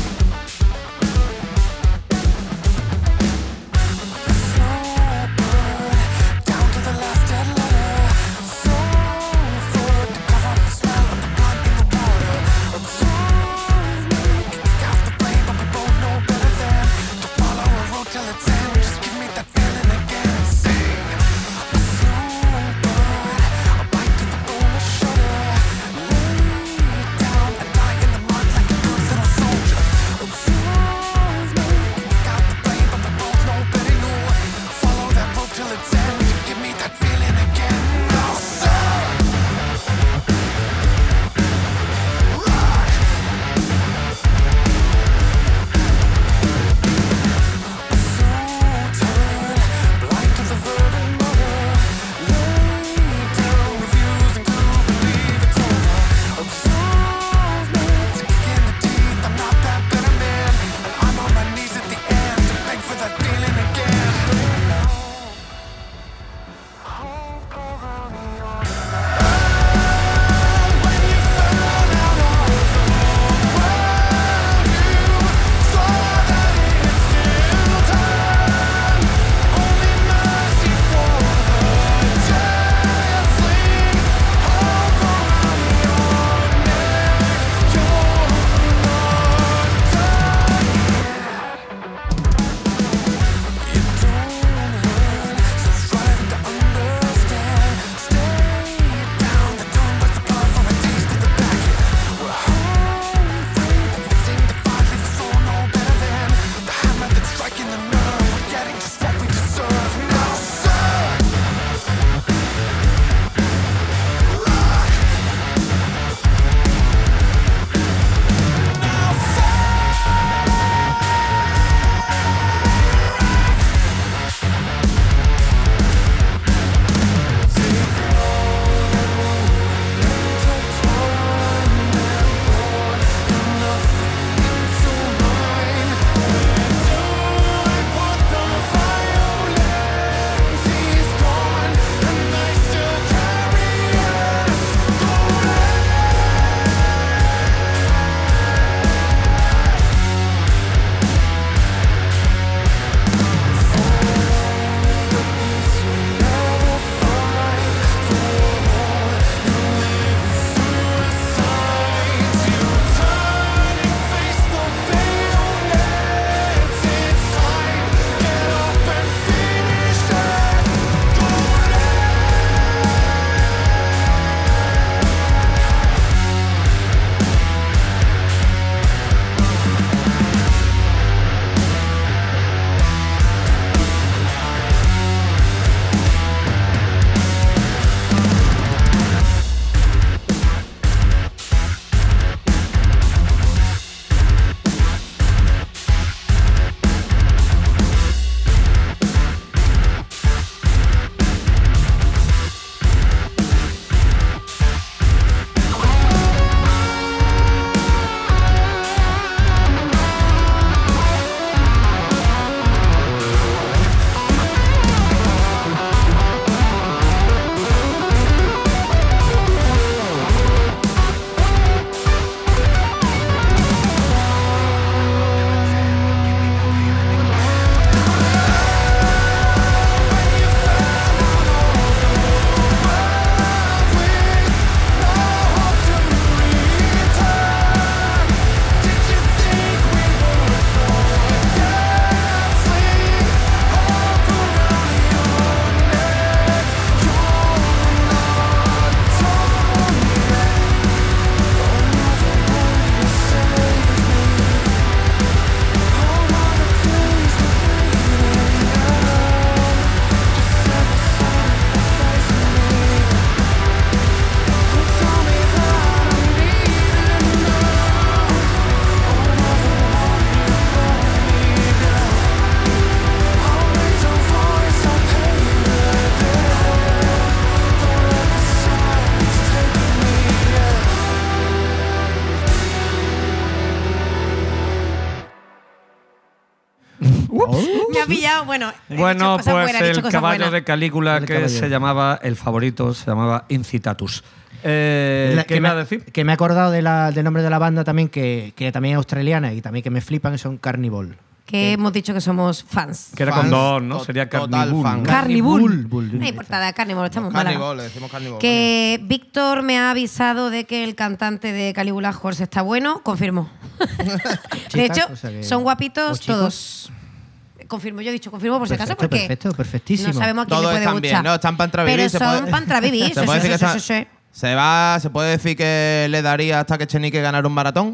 Me ha pillado, bueno. he Bueno, dicho cosas pues buenas, he dicho el cosas caballo buenas. de Calígula El que caballero. se llamaba, el favorito, se llamaba Incitatus. Eh, La- ¿Qué que me me, va a decir? que me he acordado de la- del nombre de la banda también, que, que también es australiana y también que me flipan, son Carnival. Que hemos dicho que somos fans. Que era Fans, con dos, ¿no? to- Sería total Carnival. fan. Carnival. Bull. No hay portada, Carnival, estamos en Carnival, Málaga. le decimos Carnival. Que Víctor me ha avisado de que el cantante de Calígula Horse está bueno, confirmo. de Chicas, hecho, o sea que- son guapitos o chicos. todos. Confirmo, yo he dicho confirmo por si acaso, Perfecto, porque perfecto, perfectísimo. no sabemos a quién Todos le puede están bien, gustar. ¿no? Están para entrar a vivir. Pero se son puede- para entrar a vivir, se sí, puede sí, decir sí, que sí, está- sí. Se va, se puede decir que le daría hasta que Chenique ganara un maratón.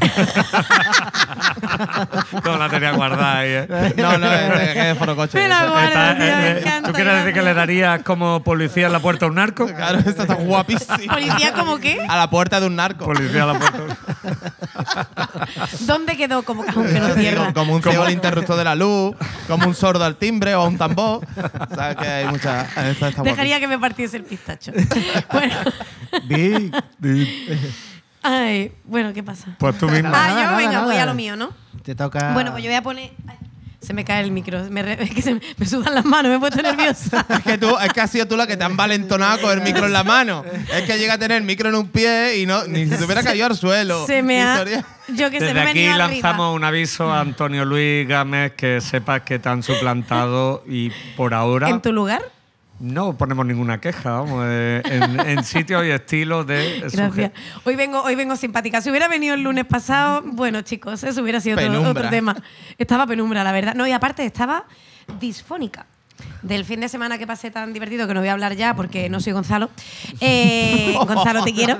No la tenía guardada ahí, ¿eh? No, no, es que es forocoche. Me la Eso. guardo. Está- tío, me eh, eh, encanta, ¿Tú quieres decir que le gracias. darías como policía en la puerta a un narco? Claro, esto está guapísimo. ¿Policía como qué? A la puerta de un narco. Policía a la puerta. ¿Dónde quedó como cajón que no cierra? Como un ciego al interruptor de la luz, como un sordo al timbre o a un tambor. O sea que hay muchas. Esta está Dejaría que me partiese el pistacho. bueno. Big, Ay, bueno, ¿qué pasa? Pues tú misma. Ah, Nada, yo, nada, venga, voy nada. a lo mío, ¿no? Te toca. Bueno, pues yo voy a poner. Ay, se me cae el micro. Me, re- es que se me, me sudan las manos, me he puesto nerviosa. Es que tú, es que has sido tú la que te han valentonado con el micro en la mano. Es que llega a tener el micro en un pie y no, ni si se hubiera caído al suelo. Se me ha. Historia. Yo que se me Desde ha aquí venido lanzamos arriba. un aviso a Antonio Luis Gámez que sepas que te han suplantado y por ahora ¿En tu lugar? no ponemos ninguna queja, vamos, eh, en, en sitio y estilo de Gracias. suje- Hoy vengo, hoy vengo simpática. Si hubiera venido el lunes pasado, bueno, chicos, eso hubiera sido otro, Penumbra. otro tema. Estaba penumbra, la verdad. No, y aparte estaba disfónica. Del fin de semana que pasé tan divertido que no voy a hablar ya porque no soy Gonzalo. Eh, Gonzalo, te quiero.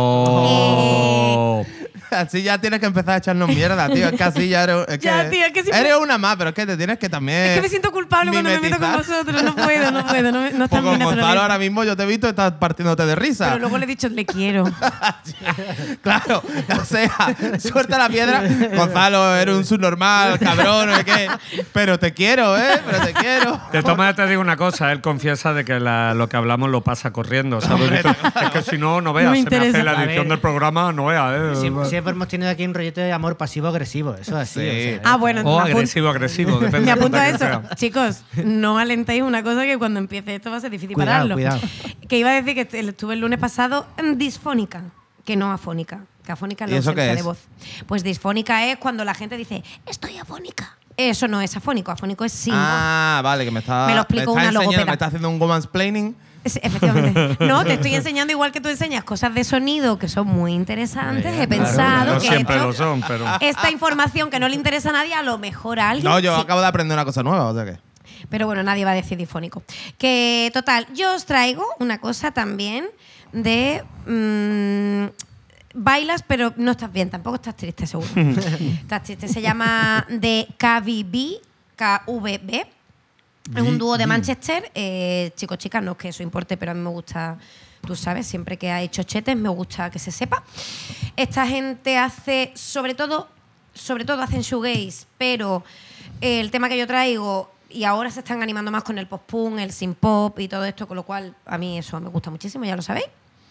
Oh. Así ya tienes que empezar a echarnos mierda, tío. Es que así ya eres. Es que Ya, tío, es que siempre- eres una más, pero es que te tienes que también. Es que me siento culpable cuando me meto con mimetizar. vosotros. No puedo, no puedo. No, me- no está Pues en mi con Gonzalo naturaleza. ahora mismo yo te he visto y estás partiéndote de risa. Pero luego le he dicho, le quiero. Claro, o sea, suelta la piedra. Gonzalo, eres un subnormal, cabrón, ¿o qué? Pero te quiero, ¿eh? Pero te quiero. De todas maneras te digo una cosa, él confiesa de que la- lo que hablamos lo pasa corriendo. ¿sabes? Dice, es que si no, no veas, No me se me hace interesa. la A edición ver. del programa, no veas. ¿eh? Siempre, siempre hemos tenido aquí un rollito de amor pasivo-agresivo. Eso es así. Sí. o sea, Ah, bueno. O me apunto- agresivo-agresivo, depende Me de apunto a cuánta eso. que sea. Chicos, no alentéis una cosa que cuando empiece esto va a ser difícil Cuidado, pararlo. cuidado. Que iba a decir que est- estuve el lunes pasado en disfónica, que no afónica. Que afónica es ¿Y la eso qué ausencia es? de voz. Pues disfónica es cuando la gente dice, estoy afónica. Eso no es afónico, afónico es sin voz. Ah, vale, que me está. Me lo explico está una enseñando, logopeda. me está haciendo un woman's planning. Es- efectivamente. No, te estoy enseñando igual que tú enseñas cosas de sonido que son muy interesantes. He pensado No que siempre esto- lo son, pero. esta información que no le interesa a nadie, a lo mejor a alguien. No, yo sí. acabo de aprender una cosa nueva, o sea que. Pero bueno, nadie va a decir difónico. Que total, yo os traigo una cosa también de. mm, bailas, pero no estás bien, tampoco estás triste, seguro. Estás triste. Se llama The K V B, K V B. Es un dúo de Manchester. Eh, chicos, chicas, no es que eso importe, pero a mí me gusta, tú sabes, siempre que hay chochetes, me gusta que se sepa. Esta gente hace, sobre todo, sobre todo hacen shoegaze, pero eh, el tema que yo traigo, y ahora se están animando más con el post-punk, el synth-pop y todo esto, con lo cual a mí eso me gusta muchísimo, ya lo sabéis.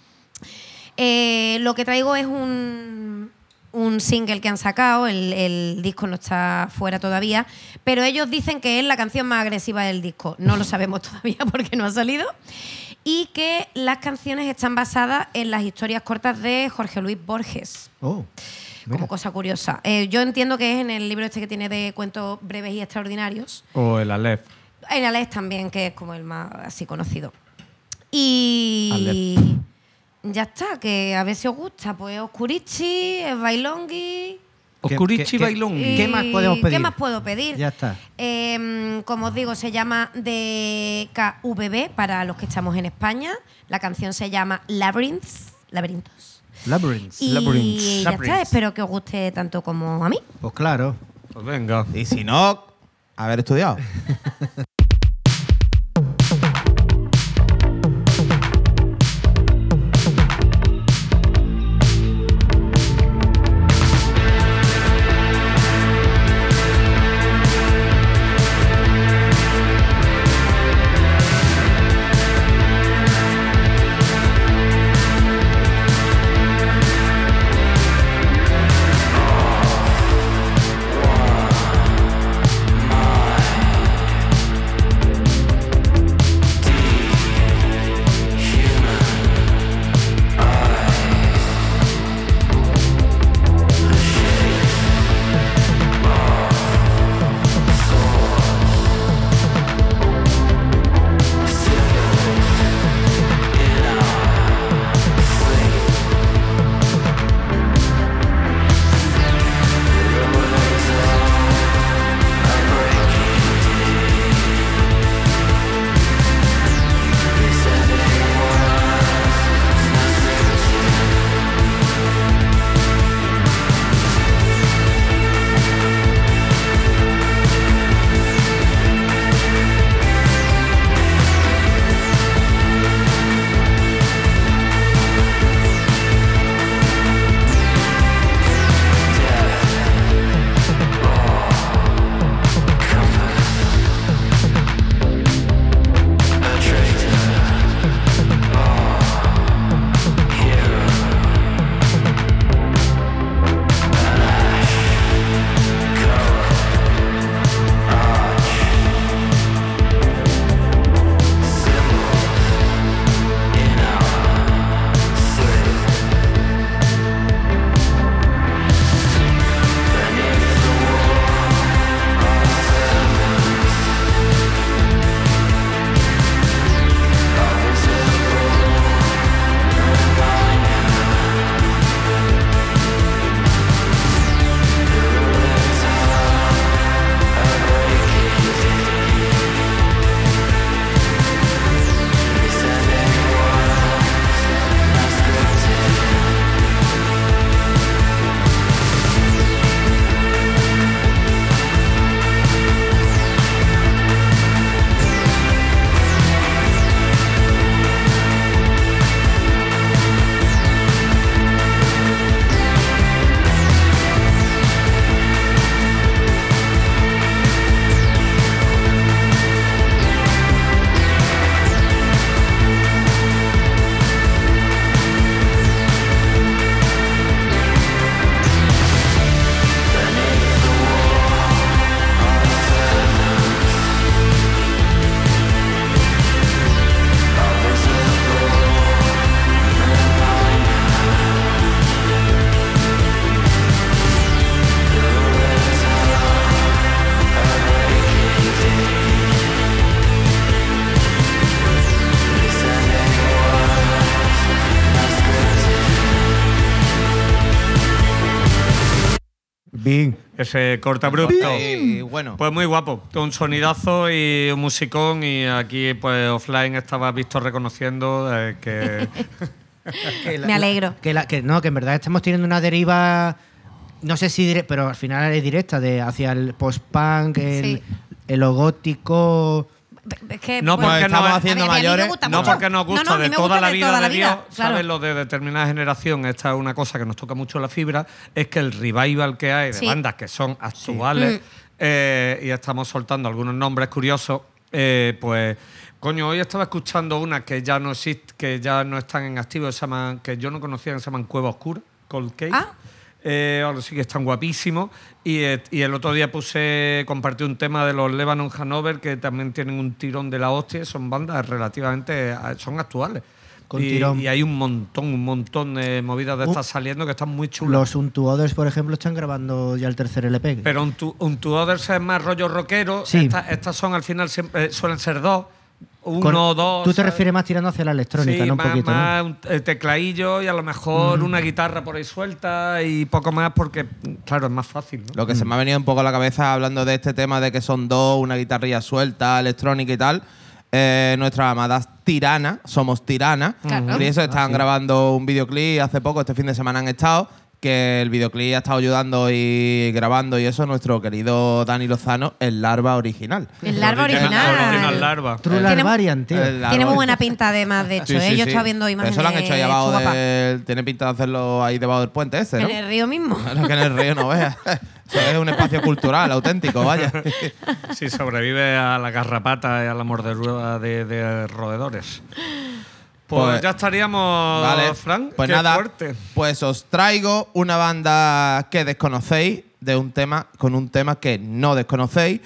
Eh, lo que traigo es un, un single que han sacado, el, el disco no está fuera todavía, pero ellos dicen que es la canción más agresiva del disco. No lo sabemos todavía porque no ha salido. Y que las canciones están basadas en las historias cortas de Jorge Luis Borges. Oh, Como mira. cosa curiosa. Eh, yo entiendo que es en el libro este que tiene de cuentos breves y extraordinarios. O el Aleph. En Alex también, que es como el más así conocido. Y ya está, que a ver si os gusta. Pues Oscurichi, el Bailongui. Oscurichi qué- Bailón. y- ¿Qué más podemos pedir? ¿Qué más puedo pedir? Ya está. Eh, como os digo, se llama D K V B para los que estamos en España. La canción se llama Labyrinths. Laberintos. Labyrinths. Y Labyrinths. ya está, espero que os guste tanto como a mí. Pues claro. Pues venga. Y si no, haber estudiado. My Bien. Ese corte abrupto. Y bueno, Pues muy guapo, un sonidazo y un musicón, y aquí pues offline estaba Víctor reconociendo eh, que... Que la- Me alegro. Que, la- que no, que en verdad estamos teniendo una deriva, no sé si dire- pero al final es directa, de hacia el post-punk, el, Sí. el lo gótico. Es que, No bueno, porque estamos no, haciendo a mí- a mí me mayores, gusta no mucho. porque nos gusta No, no, a mí de me toda gusta la de vida toda la de Dios, vida, claro. ¿sabes? Lo de determinada generación, esta es una cosa que nos toca mucho la fibra, es que el revival que hay de Sí. bandas que son actuales, Mm. eh, y estamos soltando algunos nombres curiosos, eh, pues... Coño, hoy estaba escuchando una que ya no existe, que ya no están en activo, se llaman, que yo no conocía, que se llaman Cueva Oscura, Cold Cave. Ah. Eh, ahora sí que están guapísimos. Y, eh, y el otro día puse, compartí un tema de los Lebanon Hanover, que también tienen un tirón de la hostia, son bandas relativamente, eh, son actuales. Con y, tirón. y hay un montón, un montón de movidas de Uh, estas saliendo que están muy chulas. Los Unto Others, por ejemplo, están grabando ya el tercer L P. Pero un tu, un tu Others es más rollo rockero. Sí. Estas, estas son al final siempre, eh, suelen ser dos. Uno Con- o dos. Tú te ¿sabes? refieres más tirando hacia la electrónica, Sí, ¿no? Un más, poquito, ¿no? más un eh, tecladillo y a lo mejor una guitarra por ahí suelta y poco más porque, claro, es más fácil, ¿no? lo que se me ha venido un poco a la cabeza hablando de este tema de que son dos, una guitarrilla suelta, electrónica y tal. Eh, nuestras amadas Tirana, somos Tirana. Claro. Y eso, estaban Ah, sí. grabando un videoclip hace poco, este fin de semana han estado. Que el videoclip ha estado ayudando y grabando y eso nuestro querido Dani Lozano, el Larva original. El larva original. Original larva. True Tiene- Larvarian, tío. El Larva. Tiene muy buena pinta, además, de hecho. Sí, ¿eh? sí, Yo sí. estaba viendo imágenes. Eso lo han hecho ahí abajo guapa. del... Tiene pinta de hacerlo ahí debajo del puente ese, ¿no? En el río mismo. Claro que en el río no veas. Eso es un espacio cultural auténtico, vaya. Sí, sobrevive a la garrapata y a la mordedura de, de roedores. Pues, Pues- ya estaríamos, Vale, Fran. pues Qué nada, fuerte. pues os traigo una banda que desconocéis de un tema con un tema que no desconocéis.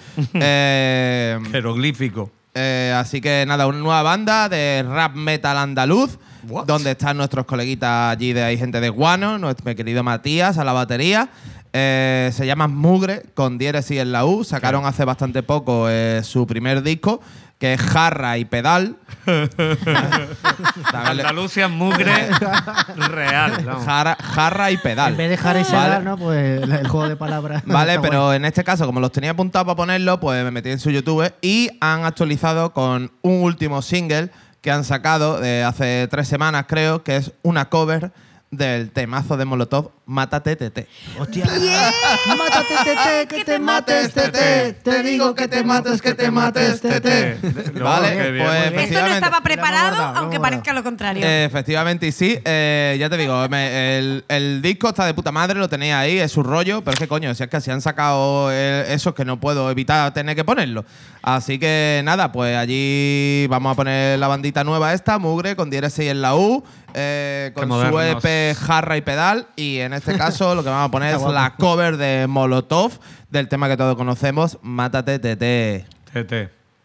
eh, Jeroglífico. eh, así que nada, una nueva banda de rap metal andaluz, What? donde están nuestros coleguitas allí de hay gente de Guano, nuestro mi querido Matías a la batería. Eh, se llaman Mugre, con diéresis en la U. Sacaron hace bastante poco eh, su primer disco, que es Jarra y Pedal. Dale. Andalucía mugre real. vamos. Jarra, jarra y Pedal. En vez de dejar ese Vale. ¿no? Pues el juego de palabras. Vale, está pero guay. en este caso, como los tenía apuntados para ponerlo, pues me metí en su YouTube y han actualizado con un último single que han sacado de hace tres semanas, creo, que es una cover del temazo de Molotov, Mátate Tete. ¡Hostia! ¡Mátate, tete! ¡Que te mates, tete! Te digo que te mates, que te mates, tete. No, Vale, qué bien. pues Esto no efectivamente. estaba preparado, Lo hemos dado, lo aunque hemos parezca lo contrario. Eh, efectivamente, y sí, eh, ya te digo, me- el, el disco está de puta madre, lo tenéis ahí, es su rollo, pero es que coño, si es que si han sacado eh, eso, es que no puedo evitar tener que ponerlo. Así que nada, pues allí vamos a poner la bandita nueva esta, Mugre, con diéresis en la U, eh, con Qué su modernos. E P Jarra y Pedal, y en este caso lo que vamos a poner es Está guapo. la cover de Molotov, del tema que todos conocemos, Mátate Tete. Tete.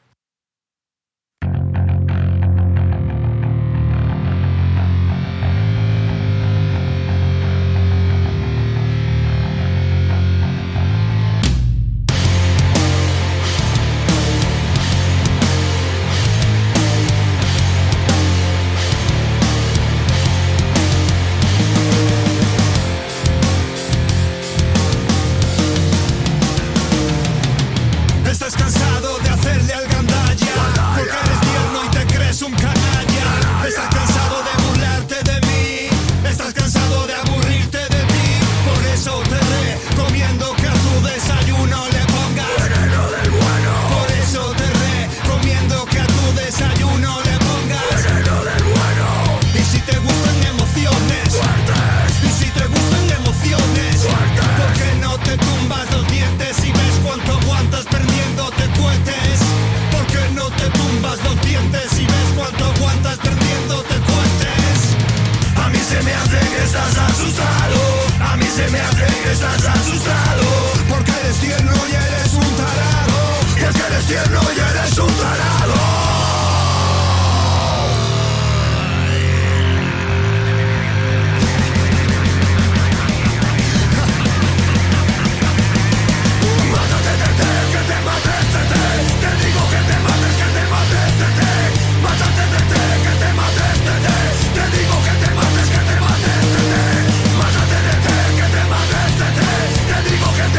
Estás cansado de hacerle al gandalla, porque eres tierno y te crees un canalla. Estás cansado de burlarte de mí, estás cansado de aburrirte de ti. Por eso te recomiendo que a tu desayuno le pongas veneno del bueno. Por eso te recomiendo que a tu desayuno le pongas veneno del bueno. Y si te gustan emociones fuertes, y si te gustan emociones fuertes, ¿por qué no te tumbas los dientes y ves cuánto aguantas perdiéndote cohetes? ¿Por qué no te tumbas los dientes y ves cuánto aguantas perdiéndote cohetes? A mí se me hace que estás asustado, a mí se me hace que estás asustado, porque eres tierno y eres un tarado, y es que eres tierno y eres un tarado. Mátate, tete, que te mates, tete. Te digo que te mates, que te mates, tete. Mátate, tete, que te mates, tete. Te digo que te mates, que te mates, tete. Mátate, tete, que te mates, tete. Te digo que te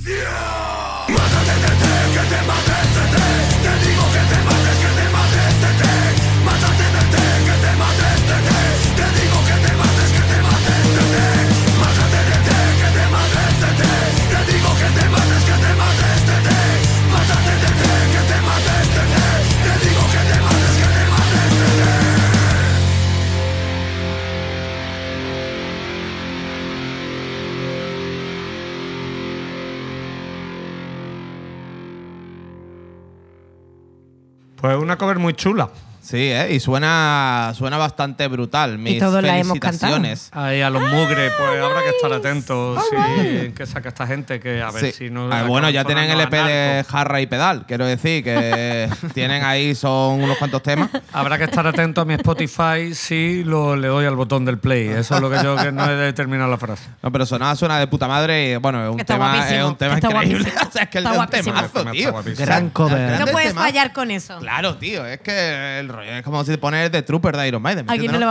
Pues una cover muy chula. Sí, ¿eh? Y suena, suena bastante brutal. Mis Y todos la hemos felicitaciones. Ahí a los mugres, pues habrá que estar atentos sí, en qué saca esta gente, que a ver Sí. si no... Ah, bueno, ya tienen el E P de Narco. Jarra y Pedal, quiero decir, que tienen ahí, son unos cuantos temas. Habrá que estar atento a mi Spotify si lo, le doy al botón del play. Eso es lo que yo que no he determinado la frase. No, pero sonaba, suena de puta madre y bueno, es un Está tema, guapísimo, es un tema está increíble. guapísimo. O sea, es que el Está de un guapísimo. temazo, Está tío. guapísimo. Gran cover. Grande No puedes temazo. fallar con eso. Claro, tío, es que el rollo es como si pones The Trooper de Iron Maiden. ¿me ¿A quién entiendes,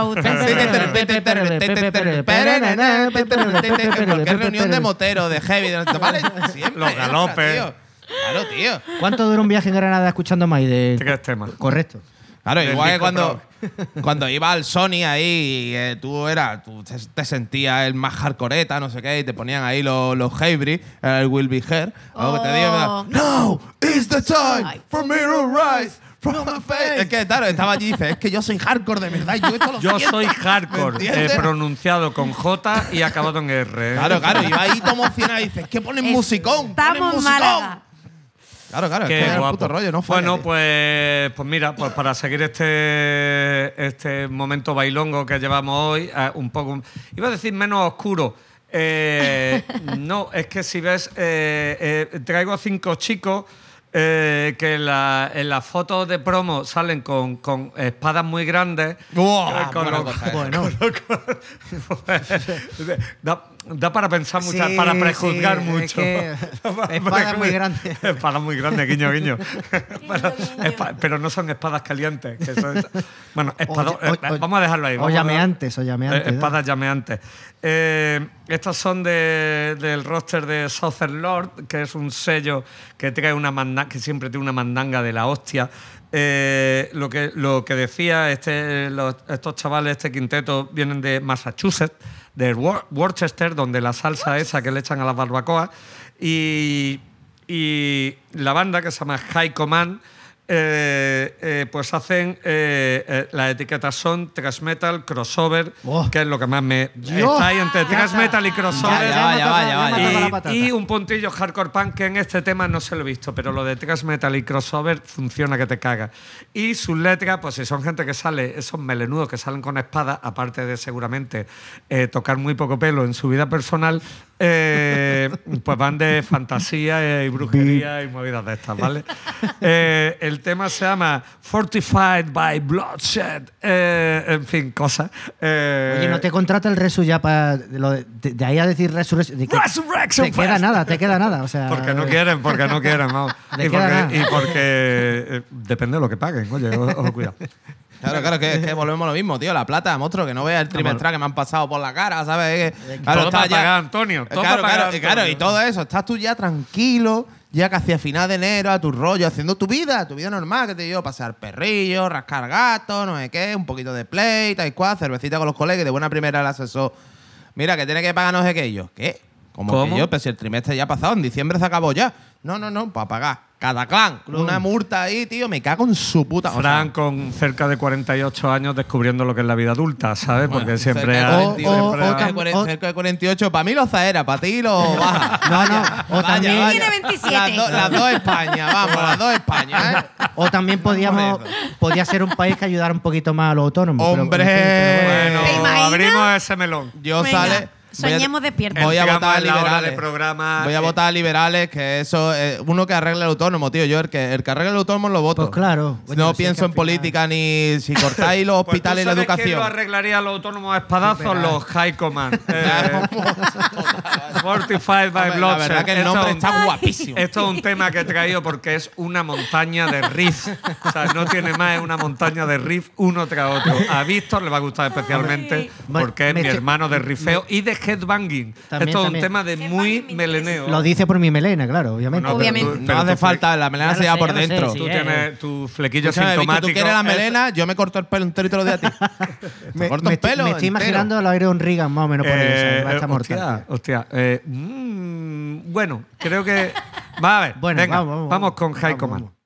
no le va a gustar? Cualquier reunión de motero, de heavy, de ¿vale? Siempre Los entra, galopes. tío. Claro, tío. ¿Cuánto dura un viaje en Granada escuchando Maiden? ¿Qué es tema? Correcto. Claro, Del igual que disco cuando, cuando iba al Sony ahí, eh, tú eras, tú te, te sentías el más hardcoreta, no sé qué, y te ponían ahí los, los Heybri, el Will Be Here. Algo que te digo, Oh. no, it's the time Ay. for me to rise from my face. Es que, claro, estaba allí y dice, es que yo soy hardcore de verdad, yo esto lo Yo siento. soy ¿Me hardcore, eh, entiendes? pronunciado con J y acabado en R. ¿eh? Claro, claro, iba ahí todo emocionado y dice, es que ponen musicón, ponen Estamos en musicón. Málaga. Claro, claro, Qué es que es el guapo. puto rollo, no falla, Bueno, tío. pues, pues mira, pues para seguir este, este momento bailongo que llevamos hoy, eh, un poco, iba a decir menos oscuro. Eh, no, es que si ves, eh, eh, traigo a cinco chicos eh, que en la, en las fotos de promo salen con, con espadas muy grandes. Buah, eh, con buena lo- cosa esa. Bueno, da, da para pensar mucho, Sí, para prejuzgar sí, es mucho. que Para espadas muy prejuzgar. grandes. Espadas muy grandes, guiño, guiño. pero, espa- pero no son espadas calientes. que eso es- bueno, espado- O- o- eh, vamos a dejarlo ahí. o vamos a dar- llameantes, o llameantes, eh, ¿no? espadas llameantes. Eh, estas son de- del roster de Southern Lord, que es un sello que trae una manda- que siempre tiene una mandanga de la hostia. Eh, lo, que, lo que decía este, los- estos chavales, este quinteto, vienen de Massachusetts, de Wor- Worcester, donde la salsa esa que le echan a las barbacoas. Y, y la banda, que se llama High Command, eh, eh, pues hacen, eh, eh, las etiquetas son thrash metal, crossover, Oh. que es lo que más me... Dios. Está ahí entre Ya thrash está. metal y Ya, crossover. ya va, ya va, ya va, ya me va. la patata. Y, y un puntillo hardcore punk, que en este tema no se lo he visto, pero lo de thrash metal y crossover funciona que te cagas. Y sus letras, pues si son gente que sale, esos melenudos que salen con espadas, aparte de seguramente eh, tocar muy poco pelo en su vida personal, eh, pues van de fantasía eh, y brujería y movidas de estas, ¿vale? Eh, el tema se llama Fortified by Bloodshed, eh, en fin, cosas. Eh, Oye, ¿no te contrata el Resu ya para de, de, de ahí a decir Resurrection? De que Resurrection Te queda Fest. nada, te queda nada. O sea, Porque no quieren, porque no quieren, vamos. Le Y queda porque, nada. y porque, eh, depende de lo que paguen, oye, o- ojo, cuidado. Claro, claro, que, es que volvemos a lo mismo, tío. La plata, monstruo, que no veas el trimestral que me han pasado por la cara, ¿sabes? Que, Todo está para ya- pagar, Antonio, todo claro, para pagar, claro, y claro, Antonio. y todo eso. Estás tú ya tranquilo, ya casi a final de enero, a tu rollo, haciendo tu vida, tu vida normal, que te digo, pasear perrillo, rascar gato, no sé qué, un poquito de play, tal y cual, cervecita con los colegas, y de buena primera el asesor. Mira, que tiene que pagar no sé qué. Y yo, ¿qué? Como ¿Cómo? que yo, pues si el trimestre ya ha pasado, en diciembre se acabó ya. No, no, no, para pagar. Cada clan, una multa ahí, tío, me cago en su puta. O sea, Fran con cerca de cuarenta y ocho años descubriendo lo que es la vida adulta, ¿sabes? Porque bueno, siempre cerca de hay- O- cuarenta, o- siempre o hay- cerca de tam- cuarenta, o- cerca de cuarenta y ocho, para mí lo zaera, para ti lo baja. No, no, o también- Tiene veintisiete. Las, do- las dos España, vamos, las dos España, ¿eh? O también podíamos, Por podía ser un país que ayudara un poquito más a los autónomos. pero- Hombre. pero en fin, pero bueno. Bueno, ¿Te imaginas? abrimos ese melón. Yo Venga, sale. voy a- soñemos despiertos. Voy a Entramos votar a en la hora liberales. de programa. Voy a Eh, votar a liberales, que eso, eh, uno que arregle el autónomo, tío. Yo el que, el que arregle el autónomo lo voto. Pues claro. Coño, No si es pienso que en al final- política ni si cortáis los Pues ¿tú hospitales y la sabes quién educación. lo arreglaría a los autónomos a espadazos? Los High Command. Eh, Fortified by Hombre, la Bloodshed. verdad que el Esto nombre es un- está guapísimo. Esto es un tema que he traído porque es una montaña de riff. O sea, no tiene más, es una montaña de riff uno tras otro. A Víctor le va a gustar especialmente Me- porque es me mi estoy- hermano de rifeo y de headbanging. También, es todo también. un tema de muy meleneo. Lo dice por mi melena, claro, obviamente. No, pero Obviamente. tú- No pero hace tú- falta, la melena Ya se lo lleva sé, por ya lo sé, dentro. sí. Tú eh. tienes tu flequillo Escúchame, Vicky, sintomático. tú quieres la es- melena, yo me corto el pelo entero y te lo doy a ti. Me, corto me el estoy- pelo me estoy entero. imaginando a Iron Reagan más o menos por ahí. o sea, Eh, va a estar hostia, mortal. hostia. eh, mm, bueno, creo que. Va a ver. Bueno, venga, vamos, vamos, vamos con vamos, High vamos, Command. vamos.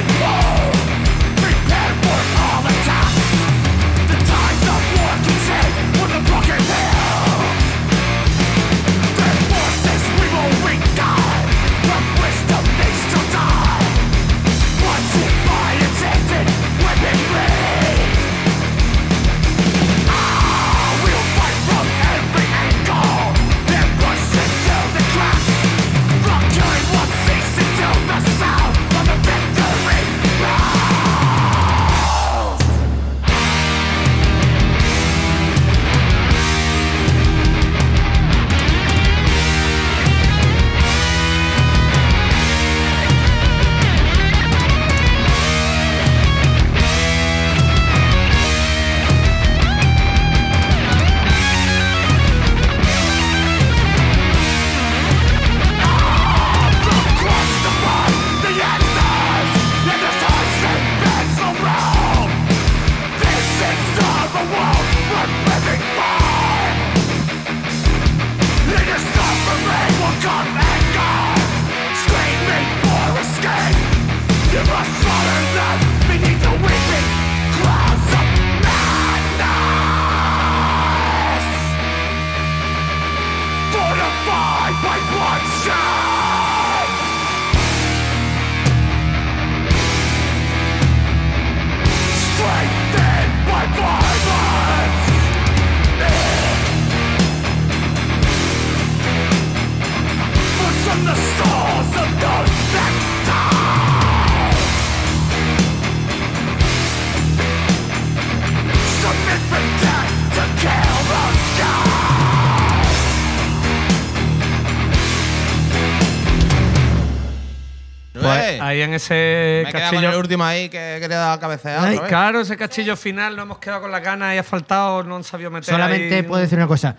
The tides of war can change. ahí en ese Me he quedado con cachillo. el último ahí que he querido cabecear. Ay, otra vez. Claro, ese cachillo final no hemos quedado con las ganas y ha faltado, no han sabido meter Solamente ahí puedo decir una cosa.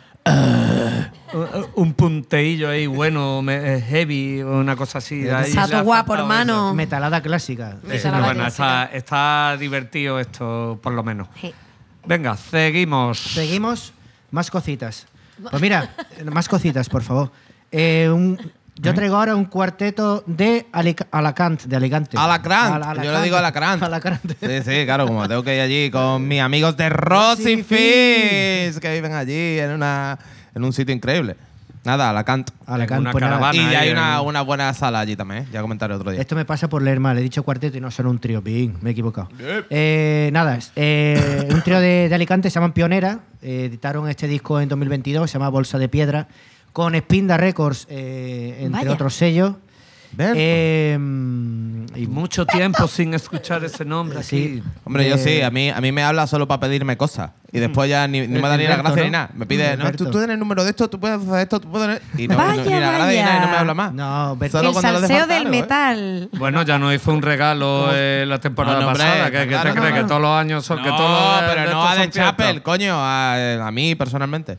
un, un punteillo ahí bueno, me- eh, heavy, una cosa así. ahí Sato le ha guapo, faltado hermano. Metalada clásica. eso. Me Sí, sale la bueno, clásica. está, está divertido esto, por lo menos. Sí. Venga, seguimos. Seguimos. Más cositas. Pues mira, más cositas, por favor. Eh, un- yo traigo ahora un cuarteto de Alic- Alacant, de Alicante. Alacrant. Al- Yo le digo Alacrant. Alacrant. Sí, sí, claro, como tengo que ir allí con mis amigos de Rosy Fish, que viven allí en, una, en un sitio increíble. Nada, Alacant. Alacant, Una pues nada. caravana. Y ahí hay en- una, una buena sala allí también, ¿eh? Ya comentaré otro día. Esto me pasa por leer mal. He dicho cuarteto y no son un trío. Pin, me he equivocado. Eh, nada, es, eh, un trío de, de Alicante se llaman Pionera. Eh, editaron este disco en dos mil veintidós, se llama Bolsa de Piedra, con Spinda Records, eh, entre Vaya. otros sellos. Berto. Eh, y Mucho tiempo sin escuchar ese nombre Sí. aquí. Hombre, yo eh, sí, a mí, a mí me habla solo para pedirme cosas. Y después ya ni, ni me da ni la Alberto, gracia ¿no? ni nada. Me pide, no, Alberto. tú, tú tienes el número de esto, tú puedes hacer esto, tú puedes. Y no, Vaya, no- ni la gracia ni nada, y no me vaya. habla más. No, Berto. Solo El cuando le hace salseo falta del algo, ¿eh? metal. Bueno, ya nos hizo un regalo eh, la temporada No, no, hombre, pasada. ¿Qué, qué claro, te crees? no, Que no. todos los años son. que No, todos los pero de no estos a The son fiestas. Chapel, coño, a, a mí personalmente.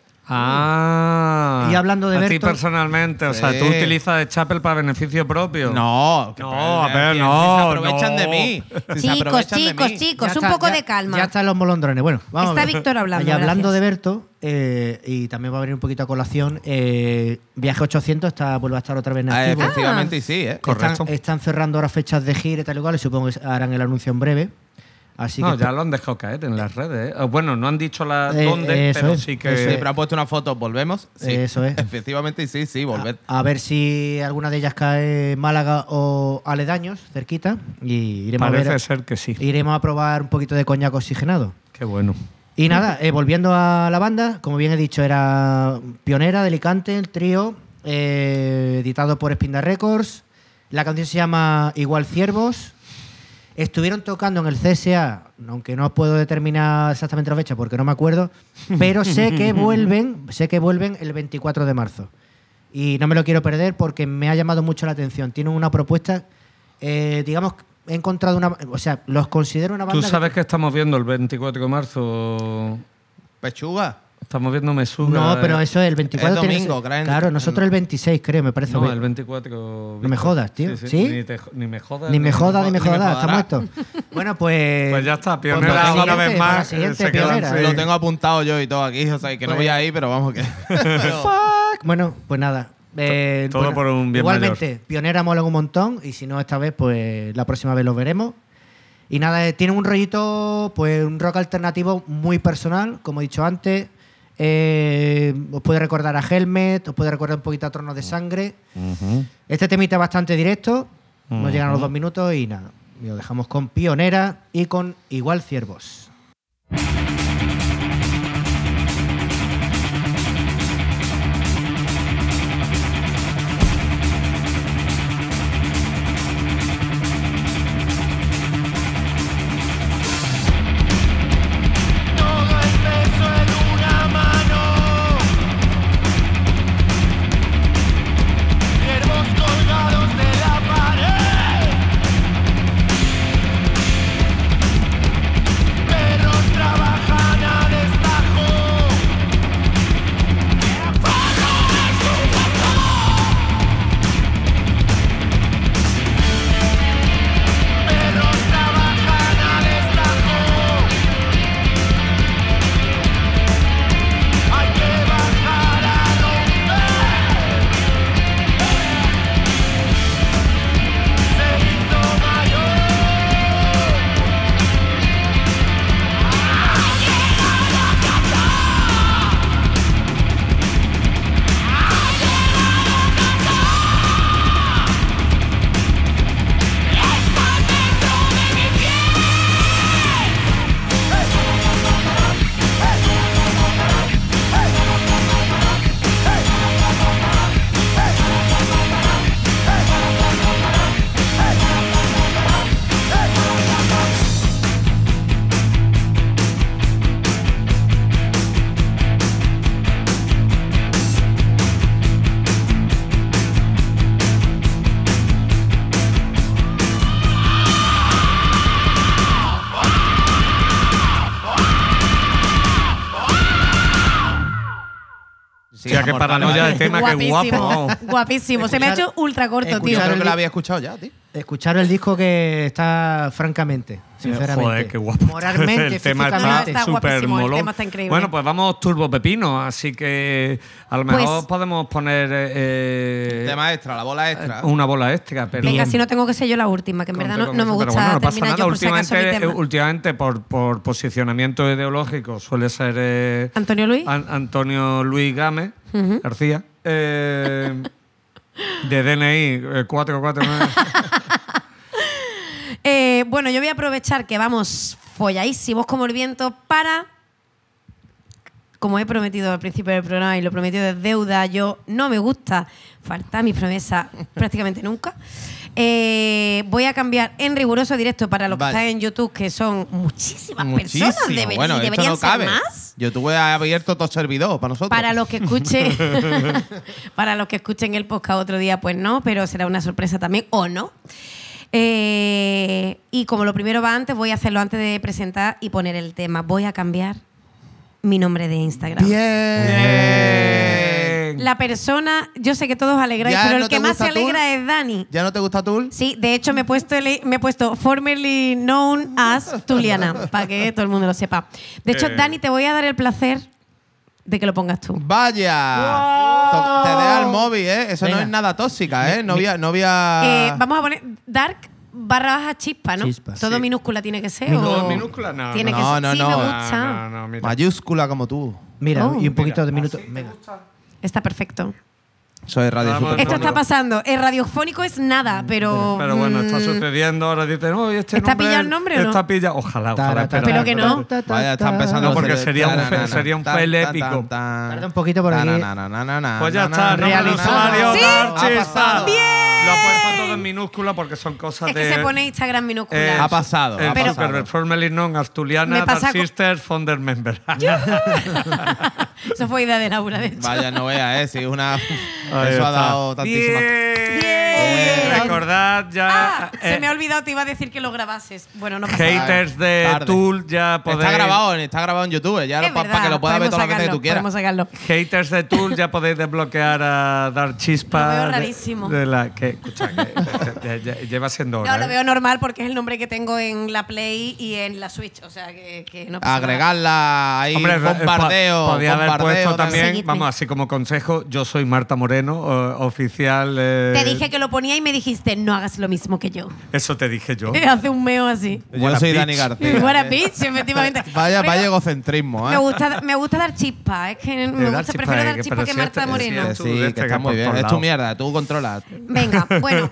Ah. Y hablando de A ti Berto- personalmente. O sea, Sí. tú utilizas The Chapel para beneficio propio. No, que- No, pero, a ver, si- no, Si se aprovechan no. de mí. si se Chicos, aprovechan de chicos, mí. chicos, Ya un está, poco ya- de calma. Ya están los molondrones. Bueno, vamos Está a ver. Víctor hablando, Y hablando gracias. de Berto, eh, y también va a venir un poquito a colación, eh, Viaje ochocientos está, vuelve a estar otra vez en Ah, activo. efectivamente, y sí, ¿eh? Correcto. Están, están cerrando ahora fechas de gira y tal y cual, y supongo que harán el anuncio en breve. Así No, que ya lo han dejado caer en las redes. ¿eh? Bueno, no han dicho la Eh, dónde, eso pero es, sí que. eso Sí, pero han puesto una foto, ¿volvemos? Sí. Eso es. Efectivamente, y sí, sí, volved. a, a ver si alguna de ellas cae en Málaga o aledaños, cerquita, y iremos Parece a ver. ser que sí. Iremos a probar un poquito de coñac oxigenado. Qué bueno. Y nada, eh, volviendo a la banda, como bien he dicho, era pionera de Alicante, el trío, eh, editado por Spinda Records. La canción se llama Igual Ciervos. Estuvieron tocando en el C S A, aunque no puedo determinar exactamente la fecha porque no me acuerdo, pero sé que vuelven, sé que vuelven el veinticuatro de marzo. Y no me lo quiero perder porque me ha llamado mucho la atención. Tienen una propuesta, eh, digamos, he encontrado una, o sea, los considero una banda. ¿Tú sabes que estamos viendo el veinticuatro de marzo? Pechuga. Estamos viendo Mesuga. No, pero eso es el veinticuatro. Es tiene que domingo, ser- creen- Claro, nosotros el veintiséis, creo, me parece. No, Ve- el veinticuatro. No me jodas, tío. ¿Sí? Ni, te- ni me jodas. Ni me joda, ni me ni me joda, está jodará. muerto. Bueno, pues. Pues ya está, pues pionera para la una siguiente, vez para la más, siguiente, se quedan pionera. sin- Lo Sí. tengo apuntado yo y todo aquí, o sea, que no Pues- voy a ir, pero vamos que. Pero- Fuck. Bueno, pues nada. Eh, Todo bueno, por un bien Igualmente, Pionera mola un montón y si no esta vez, pues la próxima vez los veremos. Y nada, eh, tienen un rollito, pues un rock alternativo muy personal, como he dicho antes. Eh, os puede recordar a Helmet, os puede recordar un poquito a Tronos de Sangre. Este temita es bastante directo, no llegan a los dos minutos y nada. Y lo dejamos con Pionera y con Igual Ciervos. Todo el peso en una mano. Ciervos colgados de la pared. Perros trabajando. Sí, Tía, qué Amor paranoia de Vale. tema, qué Guapísimo. guapo. Guapísimo. Se me ha Escuchar- hecho ultra corto, Yo tío. escuchar creo el que lo di- había escuchado ya, tío. Escuchar el disco que está francamente, sinceramente. Joder, qué guapo. Moralmente, el tema físicamente. Está está súper guapísimo, el molón. tema está increíble. Bueno, pues vamos turbo pepino, así que a lo mejor Pues- podemos poner eh, Tema extra, la bola extra. una bola extra. Pero Venga, si no tengo que ser yo la última, que en verdad no, no me Pero gusta bueno, no pasa terminar nada. yo por si acaso mi Últimamente, tema. eh, últimamente por, por posicionamiento ideológico, suele ser eh, Antonio Luis. An- Antonio Luis Gámez Ujú. García. eh, de D N I eh, cuatro cuatro nueve. Eh, bueno, yo voy a aprovechar que vamos folladísimos como el viento para, como he prometido al principio del programa y lo prometido de deuda, yo no me gusta faltar a mis promesas prácticamente nunca. Eh, voy a cambiar en riguroso directo para los que Vale. están en YouTube, que son muchísimas Muchísimo. personas, debe- bueno, y esto deberían no cabe. ser más. YouTube ha abierto todo servidor para nosotros. Para los que escuchen, para los que escuchen el podcast otro día, pues no, pero será una sorpresa también, o no. Eh, y como lo primero va antes, voy a hacerlo antes de presentar y poner el tema. Voy a cambiar mi nombre de Instagram. Bien. La persona, yo sé que todos alegráis, ¿Ya pero no el te que más se gusta Tool? alegra es Dani. ¿Ya no te gusta Tool? Sí, de hecho me he puesto, el- me he puesto formerly known as Tuliana, para que todo el mundo lo sepa. De hecho, Eh. Dani, te voy a dar el placer de que lo pongas tú. Vaya. To- Te deja el móvil, ¿eh? Eso Venga. no es nada tóxica, ¿eh? No voy a... No voy a... Eh, vamos a poner Dark barra baja chispa, ¿no? Chispa, Todo sí. minúscula tiene que ser. ¿Todo o- minúscula? No, Tiene no. que No, ser. no, sí, no. me No, gusta. no, no, mira. Mayúscula como tú. Mira, Oh. y un poquito de Mira, minuto. así te Venga. gusta. Está perfecto. Eso es radio Vamos, super. Esto fondo. está pasando. El radiofónico es nada, pero. Pero bueno, está mm, sucediendo. Ahora dicen, no, este ¿Está nombre pillado el nombre o no? Está pillado. Ojalá, ojalá. Tara, espera, Pero que no. espera. Vaya, está empezando. No, porque a hacer- sería un fe- Tananana, sería un tan, fail tan, épico. tan, tan. Tarda un poquito por aquí. Tananana, Pues ya está, no Realizado. usuario, ¡Sí! dar Ha chispa. pasado. ¡Bien! Lo ha puesto todo en minúscula porque son cosas Es de. que se pone Instagram minúscula. eh, Ha pasado, eh, ha Pero- pasado. Formerly known as Tuliana, Me pasa Dark co- Sisters, Founder Member. Eso fue idea de Laura, de hecho. Vaya, no veas, ¿eh? Sí, una... Ahí Eso está. ha dado tantísima... Bien. Bien. Recordad ya. Ah, se eh, me ha olvidado, te iba a decir que lo grabases. Bueno, no pasa nada. haters de Tarde. Tool ya podéis. Está grabado, está grabado en YouTube. Ya Es para verdad, que lo puedas ver podemos todas las veces que sacarlo, tú quieras. podemos sacarlo. Haters de Tool ya podéis desbloquear a Dar Chispa. Lo veo de- rarísimo. De, la que, escucha, que ya- ya- lleva siendo hora. No, lo ¿eh? veo normal porque es el nombre que tengo en la Play y en la Switch. O sea, que, que no pasa nada. Agregarla ahí, Hombre, eh, bombardeo. po- podía haber bombardeo puesto de- también, Seguidme. vamos, así como consejo, yo soy Marta Moreno, o- oficial. eh, Te dije que lo ponía y me dijiste, no hagas lo mismo que yo. Eso te dije yo. Hace un meo así. Yo Buena soy bitch. Dani García. Buena bitch, efectivamente. Vaya, Pero vaya egocentrismo, ¿eh? me gusta, me gusta dar chispa. Es que me dar gusta, chispa, prefiero eh, dar que- chispa pero que si Marta este- Moreno. si Que tú sí, de que este está que muy por bien. todos Es tu lados. mierda, tú controlas. Venga, bueno.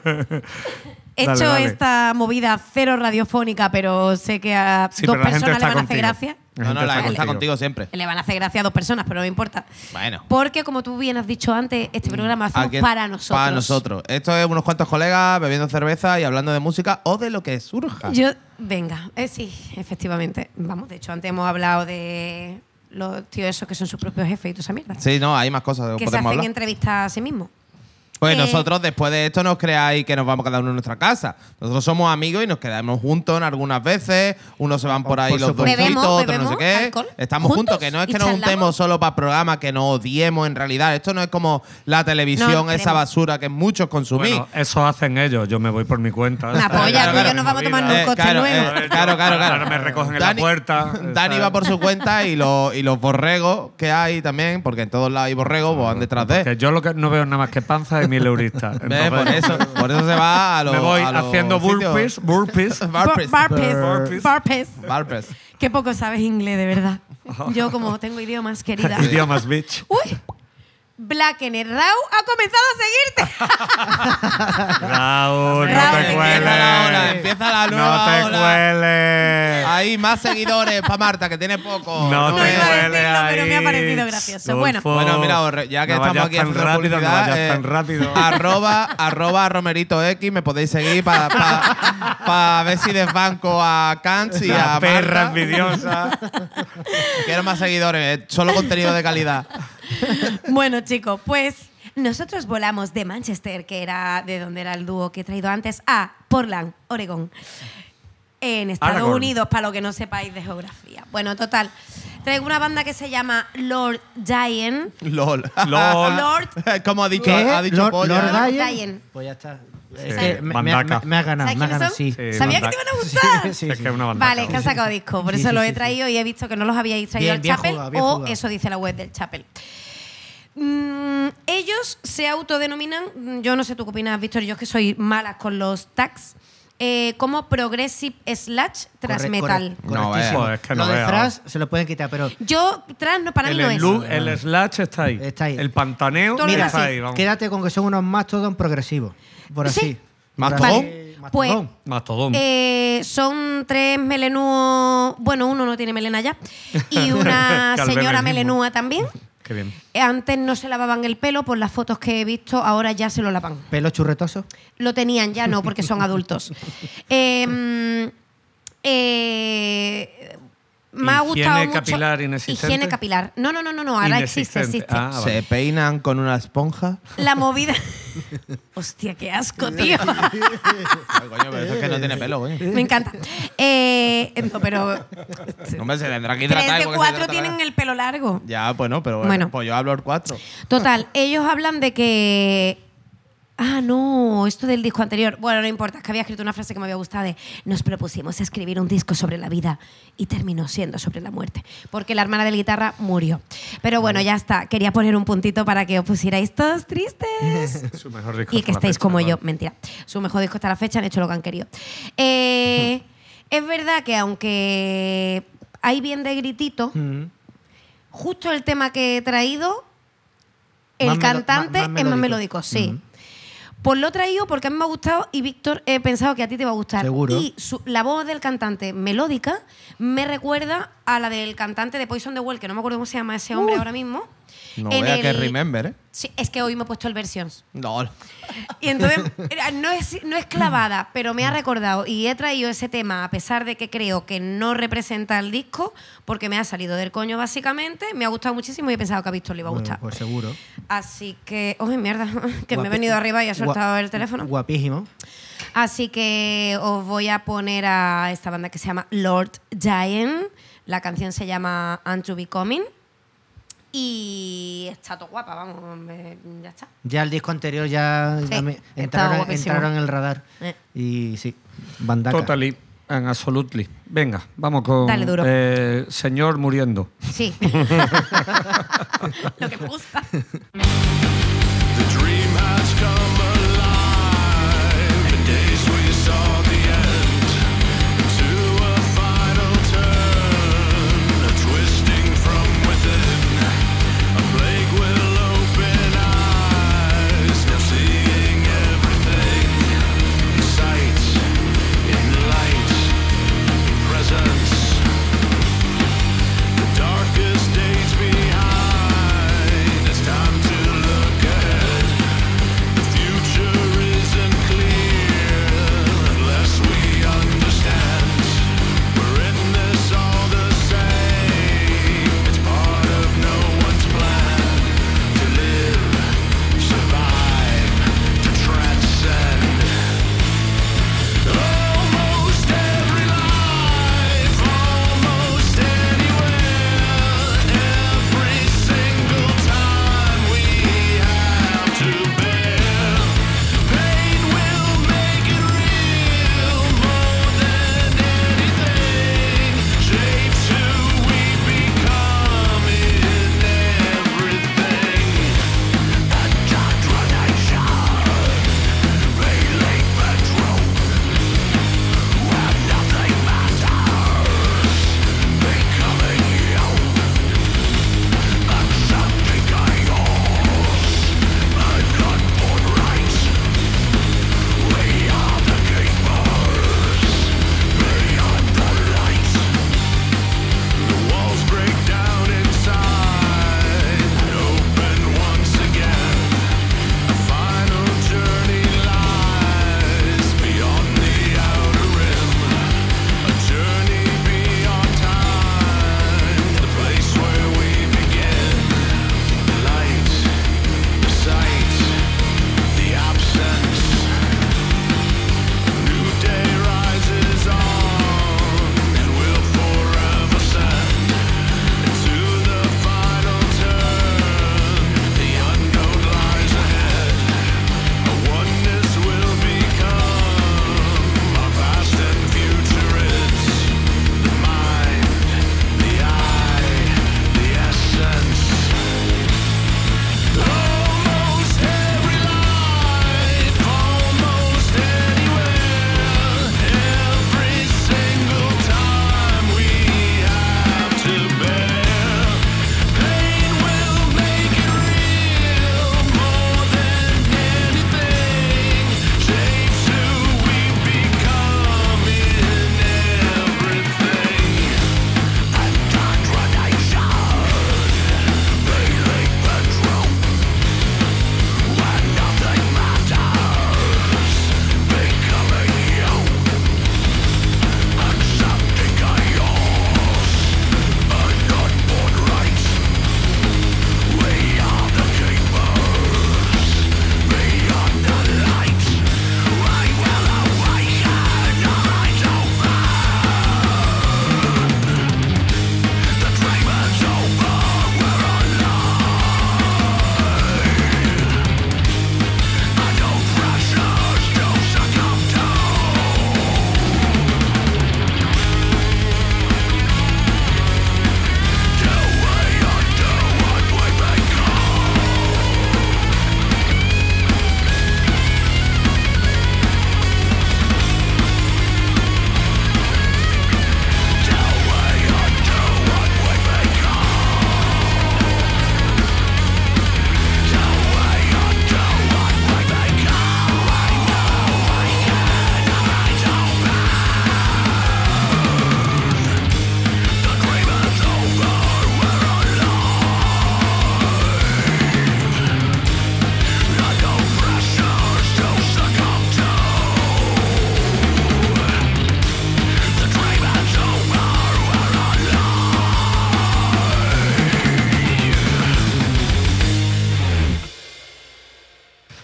Hecho Dale, dale. esta movida cero radiofónica, pero sé que a Sí, dos pero la gente personas le está van a hacer contigo. gracia. La No, gente no, la está que está contigo siempre. Le van a hacer gracia a dos personas, pero no me importa. Bueno. Porque, como tú bien has dicho antes, este programa lo hacemos Aquí- para nosotros. Para nosotros. Esto es unos cuantos colegas bebiendo cerveza y hablando de música o de lo que surja. Yo, venga, eh, sí, efectivamente. Vamos, de hecho, antes hemos hablado de los tíos esos que son sus propios jefes y toda esa mierda. Sí, no, hay más cosas que que se podemos hacen hablar. entrevistas a sí mismos. Pues Eh, nosotros después de esto no os creáis que nos vamos cada uno en nuestra casa. Nosotros somos amigos y nos quedamos juntos en algunas veces. Unos se van por ahí Por los dos supuesto. juntos, Bebemos, otros no sé bebemos qué. alcohol Estamos juntos juntos, que no es y que nos charlamos. juntemos solo para programas que nos odiemos en realidad. Esto no es como la televisión, No, esa queremos. basura que muchos consumís. Bueno, eso hacen ellos, yo me voy por mi cuenta. Una polla, Claro, tú y yo claro. nos vamos a tomar Eh, un coche claro, luego. eh, claro, claro, claro. Ahora me recogen en la puerta. Dani va por su cuenta y, los y los borregos que hay también, porque en todos lados hay borregos, pues van detrás de. Que yo lo que no veo nada más que panza y mil euristas. ¿Ves? Por eso, por eso se va a los. me voy a los haciendo burpees, sitios. burpees. Burpees. Barpes. Burpees. Barpes. Burpees. Qué poco sabes inglés, de verdad. Yo, como tengo idiomas, querida. Idiomas, bitch. Uy. Blackener Rau ha comenzado a seguirte. Raúl, no Raúl, te empieza cueles. la ola, empieza la nueva No te ola. cueles. Hay más seguidores para Marta, que tiene poco. No, No te iba a cueles decirlo, pero me ha ahí, parecido gracioso. Bueno. Bueno, mira, Borre, ya que no estamos vayas aquí tan haciendo rápido, no publicidad, vayas eh, tan rápido. arroba, arroba Romerito X, me podéis seguir para pa, pa ver si desbanco a Cans y La a perra Marta. envidiosa. Quiero más seguidores, eh, solo contenido de calidad. Bueno, chicos, pues nosotros volamos de Manchester, que era de donde era el dúo que he traído antes, a Portland, Oregón. en Estados Aragorn. Unidos, para lo que no sepáis de geografía. Bueno, total. Traigo una banda que se llama Lord Giant. LOL. LOL. Lord Como ha dicho, ¿Qué? ha dicho Lord- Polla. Lord Lord Diane. Diane. Pues ya está. Sí. Es que me, me, Bandaca. me- me ha ganado, ¿Sabes me ha quiénes ganado, son? sí. Sí, Sabía que Bandaca. te iban a gustar. Sí, Es sí. que es una banda. Vale, que han sacado disco, por Sí, eso sí, los sí, he sí. traído y he visto que no los habíais traído Bien, al bien Chapel, jugado, bien o jugado. eso dice la web del Chapel. Mm, ellos se autodenominan, mm, yo no sé tú qué opinas, Víctor, yo es que soy mala con los tags, eh, como Progressive Slash Thrash Corre- Metal. corre- No, correctísimo. Joder, es que no Lo de veo. thrash se lo pueden quitar, pero Yo, Thrash no, para mí El, no es. slu- el slash está ahí. Está ahí. El pantaneo Todo lo está demás sí. ahí. Vamos. quédate con que son unos mastodon progresivos. Por Sí. así. ¿Mastodón? Por así, mastodón. Mastodón. Eh, son tres melenúos, bueno, uno no tiene melena ya, y una Que al señora venenismo. melenúa también. Qué bien. Eh, Antes no se lavaban el pelo, por las fotos que he visto, ahora ya se lo lavan. Pelo churretoso. Lo tenían ya, no, porque son adultos. Eh, eh, me ha ¿Higiene gustado mucho. capilar inexistente? Higiene capilar. No, no, no, no, no, ahora existe, Inexistente. existe. Ah, vale. Se peinan con una esponja. La movida. Hostia, qué asco, tío. Ay, coño, pero eso es que no tiene pelo, coño. Me encanta. Eh, no, pero No me se tendrá que tres hidratar. de porque se cuatro hidratará. tienen el pelo largo. Ya, bueno, pero bueno, Bueno. pues yo hablo el cuatro. Total, ellos hablan de que. Ah, no, esto del disco anterior. Bueno, no importa, es que había escrito una frase que me había gustado de nos propusimos escribir un disco sobre la vida y terminó siendo sobre la muerte, porque la hermana de la guitarra murió. Pero bueno, ya está. Quería poner un puntito para que os pusierais todos tristes. Su mejor disco Y que hasta la estéis fecha, como vale. yo. Mentira. Su mejor disco hasta la fecha, han hecho lo que han querido. Eh, es verdad que aunque hay bien de gritito, Mm. justo el tema que he traído, el Más melo- cantante más- más es más melódico. melódico, sí. Ujú. Pues lo he traído porque a mí me ha gustado y Víctor he pensado que a ti te va a gustar. Seguro. Y su- la voz del cantante melódica me recuerda a la del cantante de Poison the Well, que no me acuerdo cómo se llama ese hombre ahora mismo. No En vea que el- remember, ¿eh? Sí, es que hoy me he puesto el versions. No. Y entonces, era- no es, no es clavada, pero me ha recordado. Y he traído ese tema, a pesar de que creo que no representa el disco, porque me ha salido del coño básicamente. Me ha gustado muchísimo y he pensado que a Víctor le iba a Bueno, gustar. pues seguro. Así que. ¡Uy, mierda! Que me he Guapi- venido arriba y he soltado gua- el teléfono. Guapísimo. Así que os voy a poner a esta banda que se llama Lord Giant. La canción se llama And to Be Coming. Y está todo guapa, vamos, me- ya está. Ya el disco anterior ya, Sí, ya me- estaba entraron, guapísimo. entraron en el radar. Eh. Y sí, bandaca. Totally and absolutely. Venga, vamos con Dale duro. eh, Señor Muriendo. Sí. Lo que me gusta. The dream has come alive. In days we saw the end to a final turn, a twisting from within. A plague will open eyes, now seeing everything in sight, in light, in presence. The darkest days behind. It's time.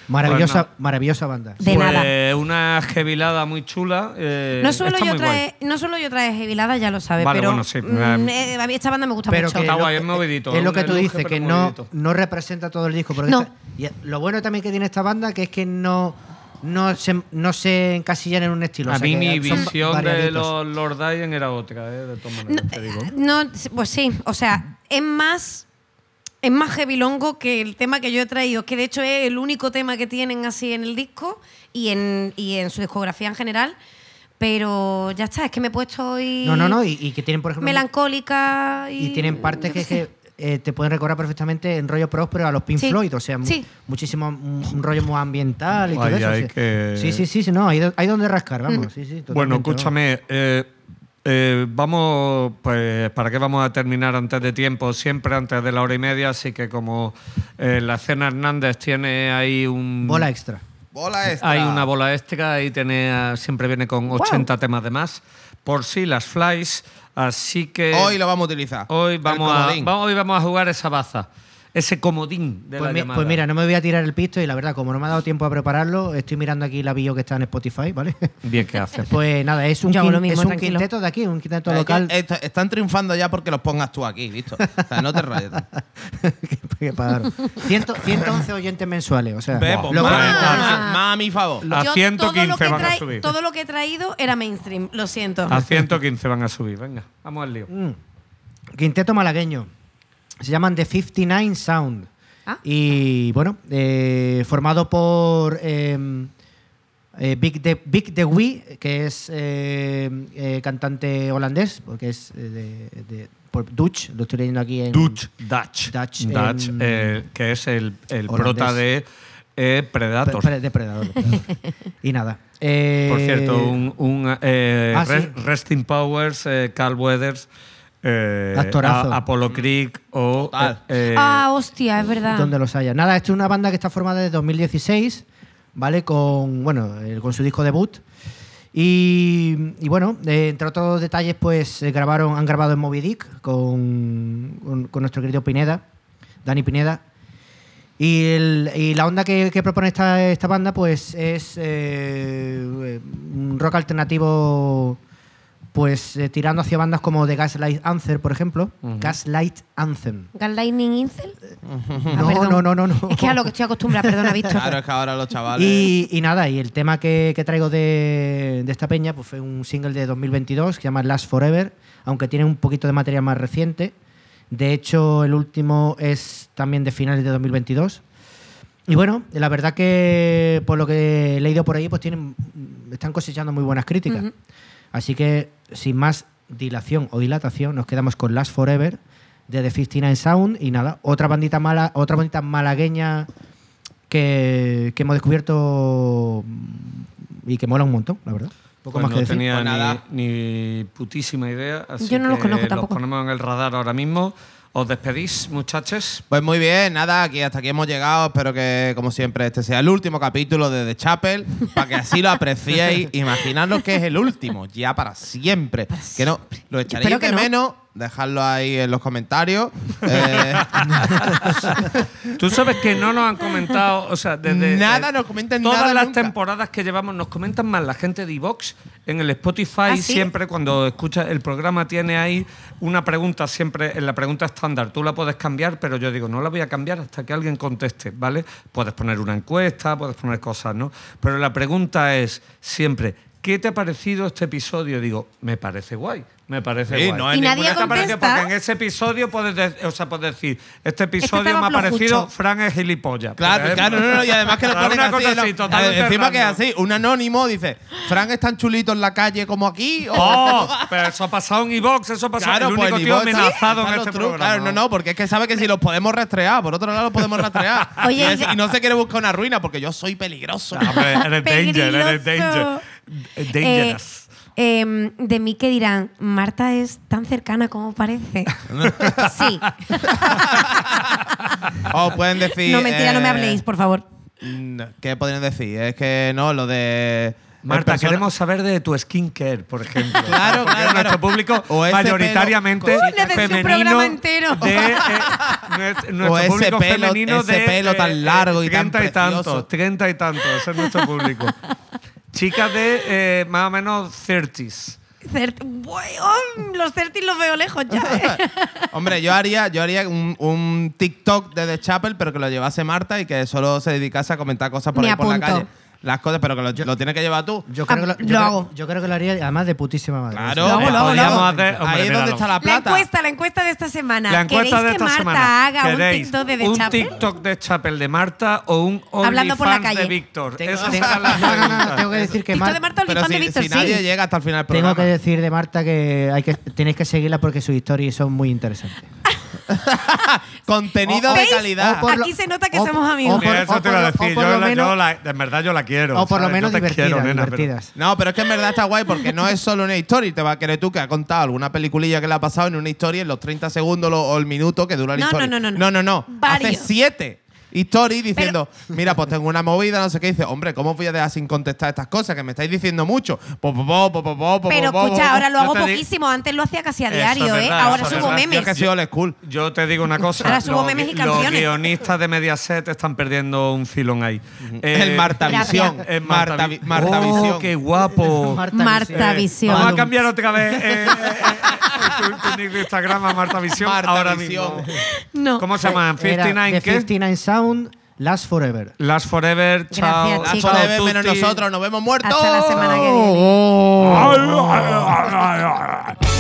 Maravillosa, Pues maravillosa banda. De Pues nada. una jevilada muy chula. eh, No suelo, está yo muy guay. traer, no suelo yo traer hevilada, ya lo sabes, Vale, pero bueno, sí. mm, eh, a mí esta banda me gusta Pero mucho. que Está lo- guay, es movidito, Es lo un que tú eluje, dices, pero que no, movidito. no representa todo el disco. Porque No. esta- y lo bueno también que tiene esta banda que es que no, no, se, no se encasillan en un estilo. A o sea, mí que mi son visión de variaditos. los Lord Dying era otra, eh, de todas maneras, No, te digo. eh, no, pues sí, o sea, es más es más heavilongo que el tema que yo he traído, que de hecho es el único tema que tienen así en el disco y en, y en su discografía en general, pero ya está, es que me he puesto hoy No, no, no. Y, y que tienen, por ejemplo. melancólica y, Y tienen partes yo que, qué sé. que, eh, te pueden recordar perfectamente en rollo próspero a los Pink Sí. Floyd. O sea, mu- Sí. muchísimo un, un rollo muy ambiental y Ay, todo eso. hay sí. que- sí, sí, sí, sí, no, hay, do- hay donde rascar, vamos. Sí, sí, Bueno, totalmente, escúchame, eh, eh, vamos, pues, ¿para qué vamos a terminar antes de tiempo? Siempre antes de la hora y media, así que como eh, la cena Hernández tiene ahí un... vamos. Bola extra. Bola extra. Hay una bola extra, ahí tiene, ah, siempre viene con ochenta temas de más, por si las flies, así que... Hoy lo vamos a utilizar. Hoy El vamos, a, comodín. vamos- hoy vamos a jugar esa baza, ese comodín de Pues, la mi- llamada. pues mira, no me voy a tirar el pisto y la verdad, como no me ha dado tiempo a prepararlo, estoy mirando aquí la bio que está en Spotify, ¿vale? Bien que haces. Pues nada, es un, Yo hago quin- lo mismo, es un tranquilo. quinteto de aquí, un quinteto Es que local. est- están triunfando ya porque los pongas tú aquí, ¿visto? O sea, no te rayes. que, que pagaron. ciento once oyentes mensuales, o sea, Ve, pues, lo más, que- más- más a mi favor. A Yo ciento todo lo quince que van a trae- subir. Todo lo que he traído era mainstream, lo siento. A ciento quince van a subir, venga, vamos al lío. Mm. Quinteto malagueño. Se llaman The cincuenta y nueve Sound. Ah. Y bueno, eh, formado por eh, eh, Big De, Big De Wee, que es eh, eh, cantante holandés, porque es eh, de, de- por Dutch, lo estoy leyendo aquí en Dutch, Dutch, Dutch, Dutch, en- eh, que es el, el holandés. prota de eh, Predator. Pre- Depredador. Depredador. Y nada. eh, Por cierto, un, un, eh, ah, Re- sí. Resting Powers, eh, Carl Weathers, eh, Actorazo. A- Apollo Creek o... Total. eh, Ah, hostia, es verdad. donde los haya. Nada, esto es una banda que está formada desde dos mil dieciséis, ¿vale? Con, bueno, eh, con su disco debut. Y, y bueno, eh, entre otros detalles, pues eh, grabaron, han grabado en Moby Dick con, con, con nuestro querido Pineda, Dani Pineda. Y, el- y la onda que, que propone esta, esta banda, pues es eh, un rock alternativo, pues eh, tirando hacia bandas como The Gaslight Anthem, por ejemplo. Gaslight Anthem. ¿Lightning Incel? Ah, No, perdón. no, no, no, no. Es que a lo que estoy acostumbrada, perdona, Víctor. Claro, es que ahora los chavales. Y, y nada, y el tema que, que traigo de, de esta peña pues fue un single de dos mil veintidós que se llama Last Forever, aunque tiene un poquito de material más reciente. De hecho, el último es también de finales de dos mil veintidós. Y bueno, la verdad que por lo que he leído por ahí, pues tienen, están cosechando muy buenas críticas. Ujú. Así que, sin más dilación o dilatación, nos quedamos con Last Forever de The cincuenta y nueve Sound. Y nada, otra bandita mala, otra bandita malagueña que, que hemos descubierto y que mola un montón, la verdad. Poco pues más no que decir. tenía Pues nada. ni, ni putísima idea. Así Yo no los que conozco tampoco. ponemos en el radar ahora mismo. ¿Os despedís, muchachos? Pues muy bien, nada, aquí hasta aquí hemos llegado. Espero que, como siempre, este sea el último capítulo de The Chapel, para que así lo apreciéis. Imaginadlo que es el último, ya para siempre. Que no, lo echaréis Espero que de no. menos, dejadlo ahí en los comentarios. Eh, Tú sabes que no nos han comentado, o sea, desde Nada eh, nos comentan todas nada las nunca. temporadas que llevamos nos comentan más la gente de iVox en el Spotify. ¿Ah, sí? Siempre cuando escuchas el programa tiene ahí una pregunta, siempre en la pregunta estándar. Tú la puedes cambiar, pero yo digo, no la voy a cambiar hasta que alguien conteste, ¿vale? Puedes poner una encuesta, puedes poner cosas, ¿no? Pero la pregunta es siempre, ¿qué te ha parecido este episodio? Digo, me parece guay, me parece Sí, guay. no hay ¿Y nadie ¿Qué te ha parecido? contesta? Porque en ese episodio puedes, de- o sea, puedes decir, este episodio estaba me ha parecido flojucho. Fran es gilipollas. por Claro, ejemplo. claro, no, no, y además que lo O sea, ponen una así, cosa ¿no? así, totalmente encima que es random. así, un anónimo dice, Fran es tan chulito en la calle como aquí. o- ¡Oh! Pero eso ha pasado en iVox, eso ha pasado. Claro, el pues único ni tío vos, amenazado están en los este trucos. programa. Claro, no, no, porque es que sabe que si los podemos rastrear, por otro lado los podemos rastrear. Oye, y, es- y- y no se quiere buscar una ruina porque yo soy peligroso. Ah, hombre, eres danger, eres danger. Peligroso. Dangerous. Eh, em, de mí que dirán, Marta es tan cercana como parece. Sí. O pueden decir. No, mentira, no me eh, habléis, por favor. no, ¿Qué podrían decir? Es que no, lo de. Marta, persona- queremos saber de tu skincare, por ejemplo. Claro, Porque claro, nuestro claro. público O ese mayoritariamente pelo- Uy, necesito un femenino. programa entero. De, eh, nuestro nuestro O ese público pelo- femenino ese de pelo tan largo y tan treinta y precioso. tantos, treinta y tantos, ese es nuestro público. Chicas de eh, más o menos thirties. Cert- Buey, oh, los certis los veo lejos ya. ¿eh? Hombre, yo haría, yo haría un, un TikTok de The Chapel, pero que lo llevase Marta y que solo se dedicase a comentar cosas por Me ahí por la apunto. calle. Las cosas, pero que lo, lo tienes que llevar tú. Yo creo, que lo, Ah, yo, lo creo, hago. yo creo que lo haría además de putísima madre. Claro, Lo hago, pues lo hago, lo podríamos hago. hacer- hombre, ahí es donde míralo. está la La plata. encuesta, la encuesta de esta semana. La encuesta ¿Queréis de que esta Marta semana. haga un ¿Queréis TikTok de The un Chapel? TikTok de Chapel de Marta o un Hablando por la OnlyFans de calle. Víctor? Tengo, Esas tengo- serán las no, no, no, preguntas. tengo que decir que TikTok Mar- de Marta Pero OnlyFans si, de Víctor, si sí. nadie llega hasta el final del tengo programa. que decir de Marta que, hay que tenéis que seguirla porque sus stories son muy interesantes. Contenido de ¿Veis? calidad. O por lo- Aquí se nota que o- somos amigos. o por- Mira, eso te iba a o por decir. lo Yo, la, menos- yo la- en verdad yo la quiero. O por lo ¿sabes? menos Yo te divertidas, quiero, nena, pero- divertidas. No, pero es que en verdad está guay porque no es solo una historia. Te va a querer tú que ha contado alguna peliculilla que le ha pasado en una historia en los treinta segundos lo- o el minuto que dura la No, historia. no, no, no, no. no, no. Varios. Hace siete stories diciendo, mira, pues tengo una movida, no sé qué. Dice, hombre, ¿cómo os voy a dejar sin contestar estas cosas? Que me estáis diciendo mucho. Po, po, po, po, po, po, po, Pero po, po, escucha, po. ahora lo Yo hago te di- poquísimo. Antes lo hacía casi a Eso diario, es ¿eh? verdad, Ahora eso es subo verdad. Yo memes. que he sido old school. Yo te digo una cosa. Ahora subo los, memes y gui- los canciones. guionistas de Mediaset están perdiendo un filón ahí. Eh, el Marta Visión. gracias. es Marta, Marta, Vi- Vi- Marta oh, Visión. qué guapo. Marta Visión. Vamos a cambiar otra vez eh, eh, eh, tu, tu nick de Instagram a Marta Visión Marta ahora Visión. mismo. No. ¿Cómo se llaman? Era cincuenta y nueve The ¿qué? cincuenta y nueve Sound, Last Forever. Last Forever, chao. Gracias, Las chicos. chao, forever menos tutti. nosotros, nos vemos muertos. Hasta la semana que viene. Ay, ay, ay, ay, ay.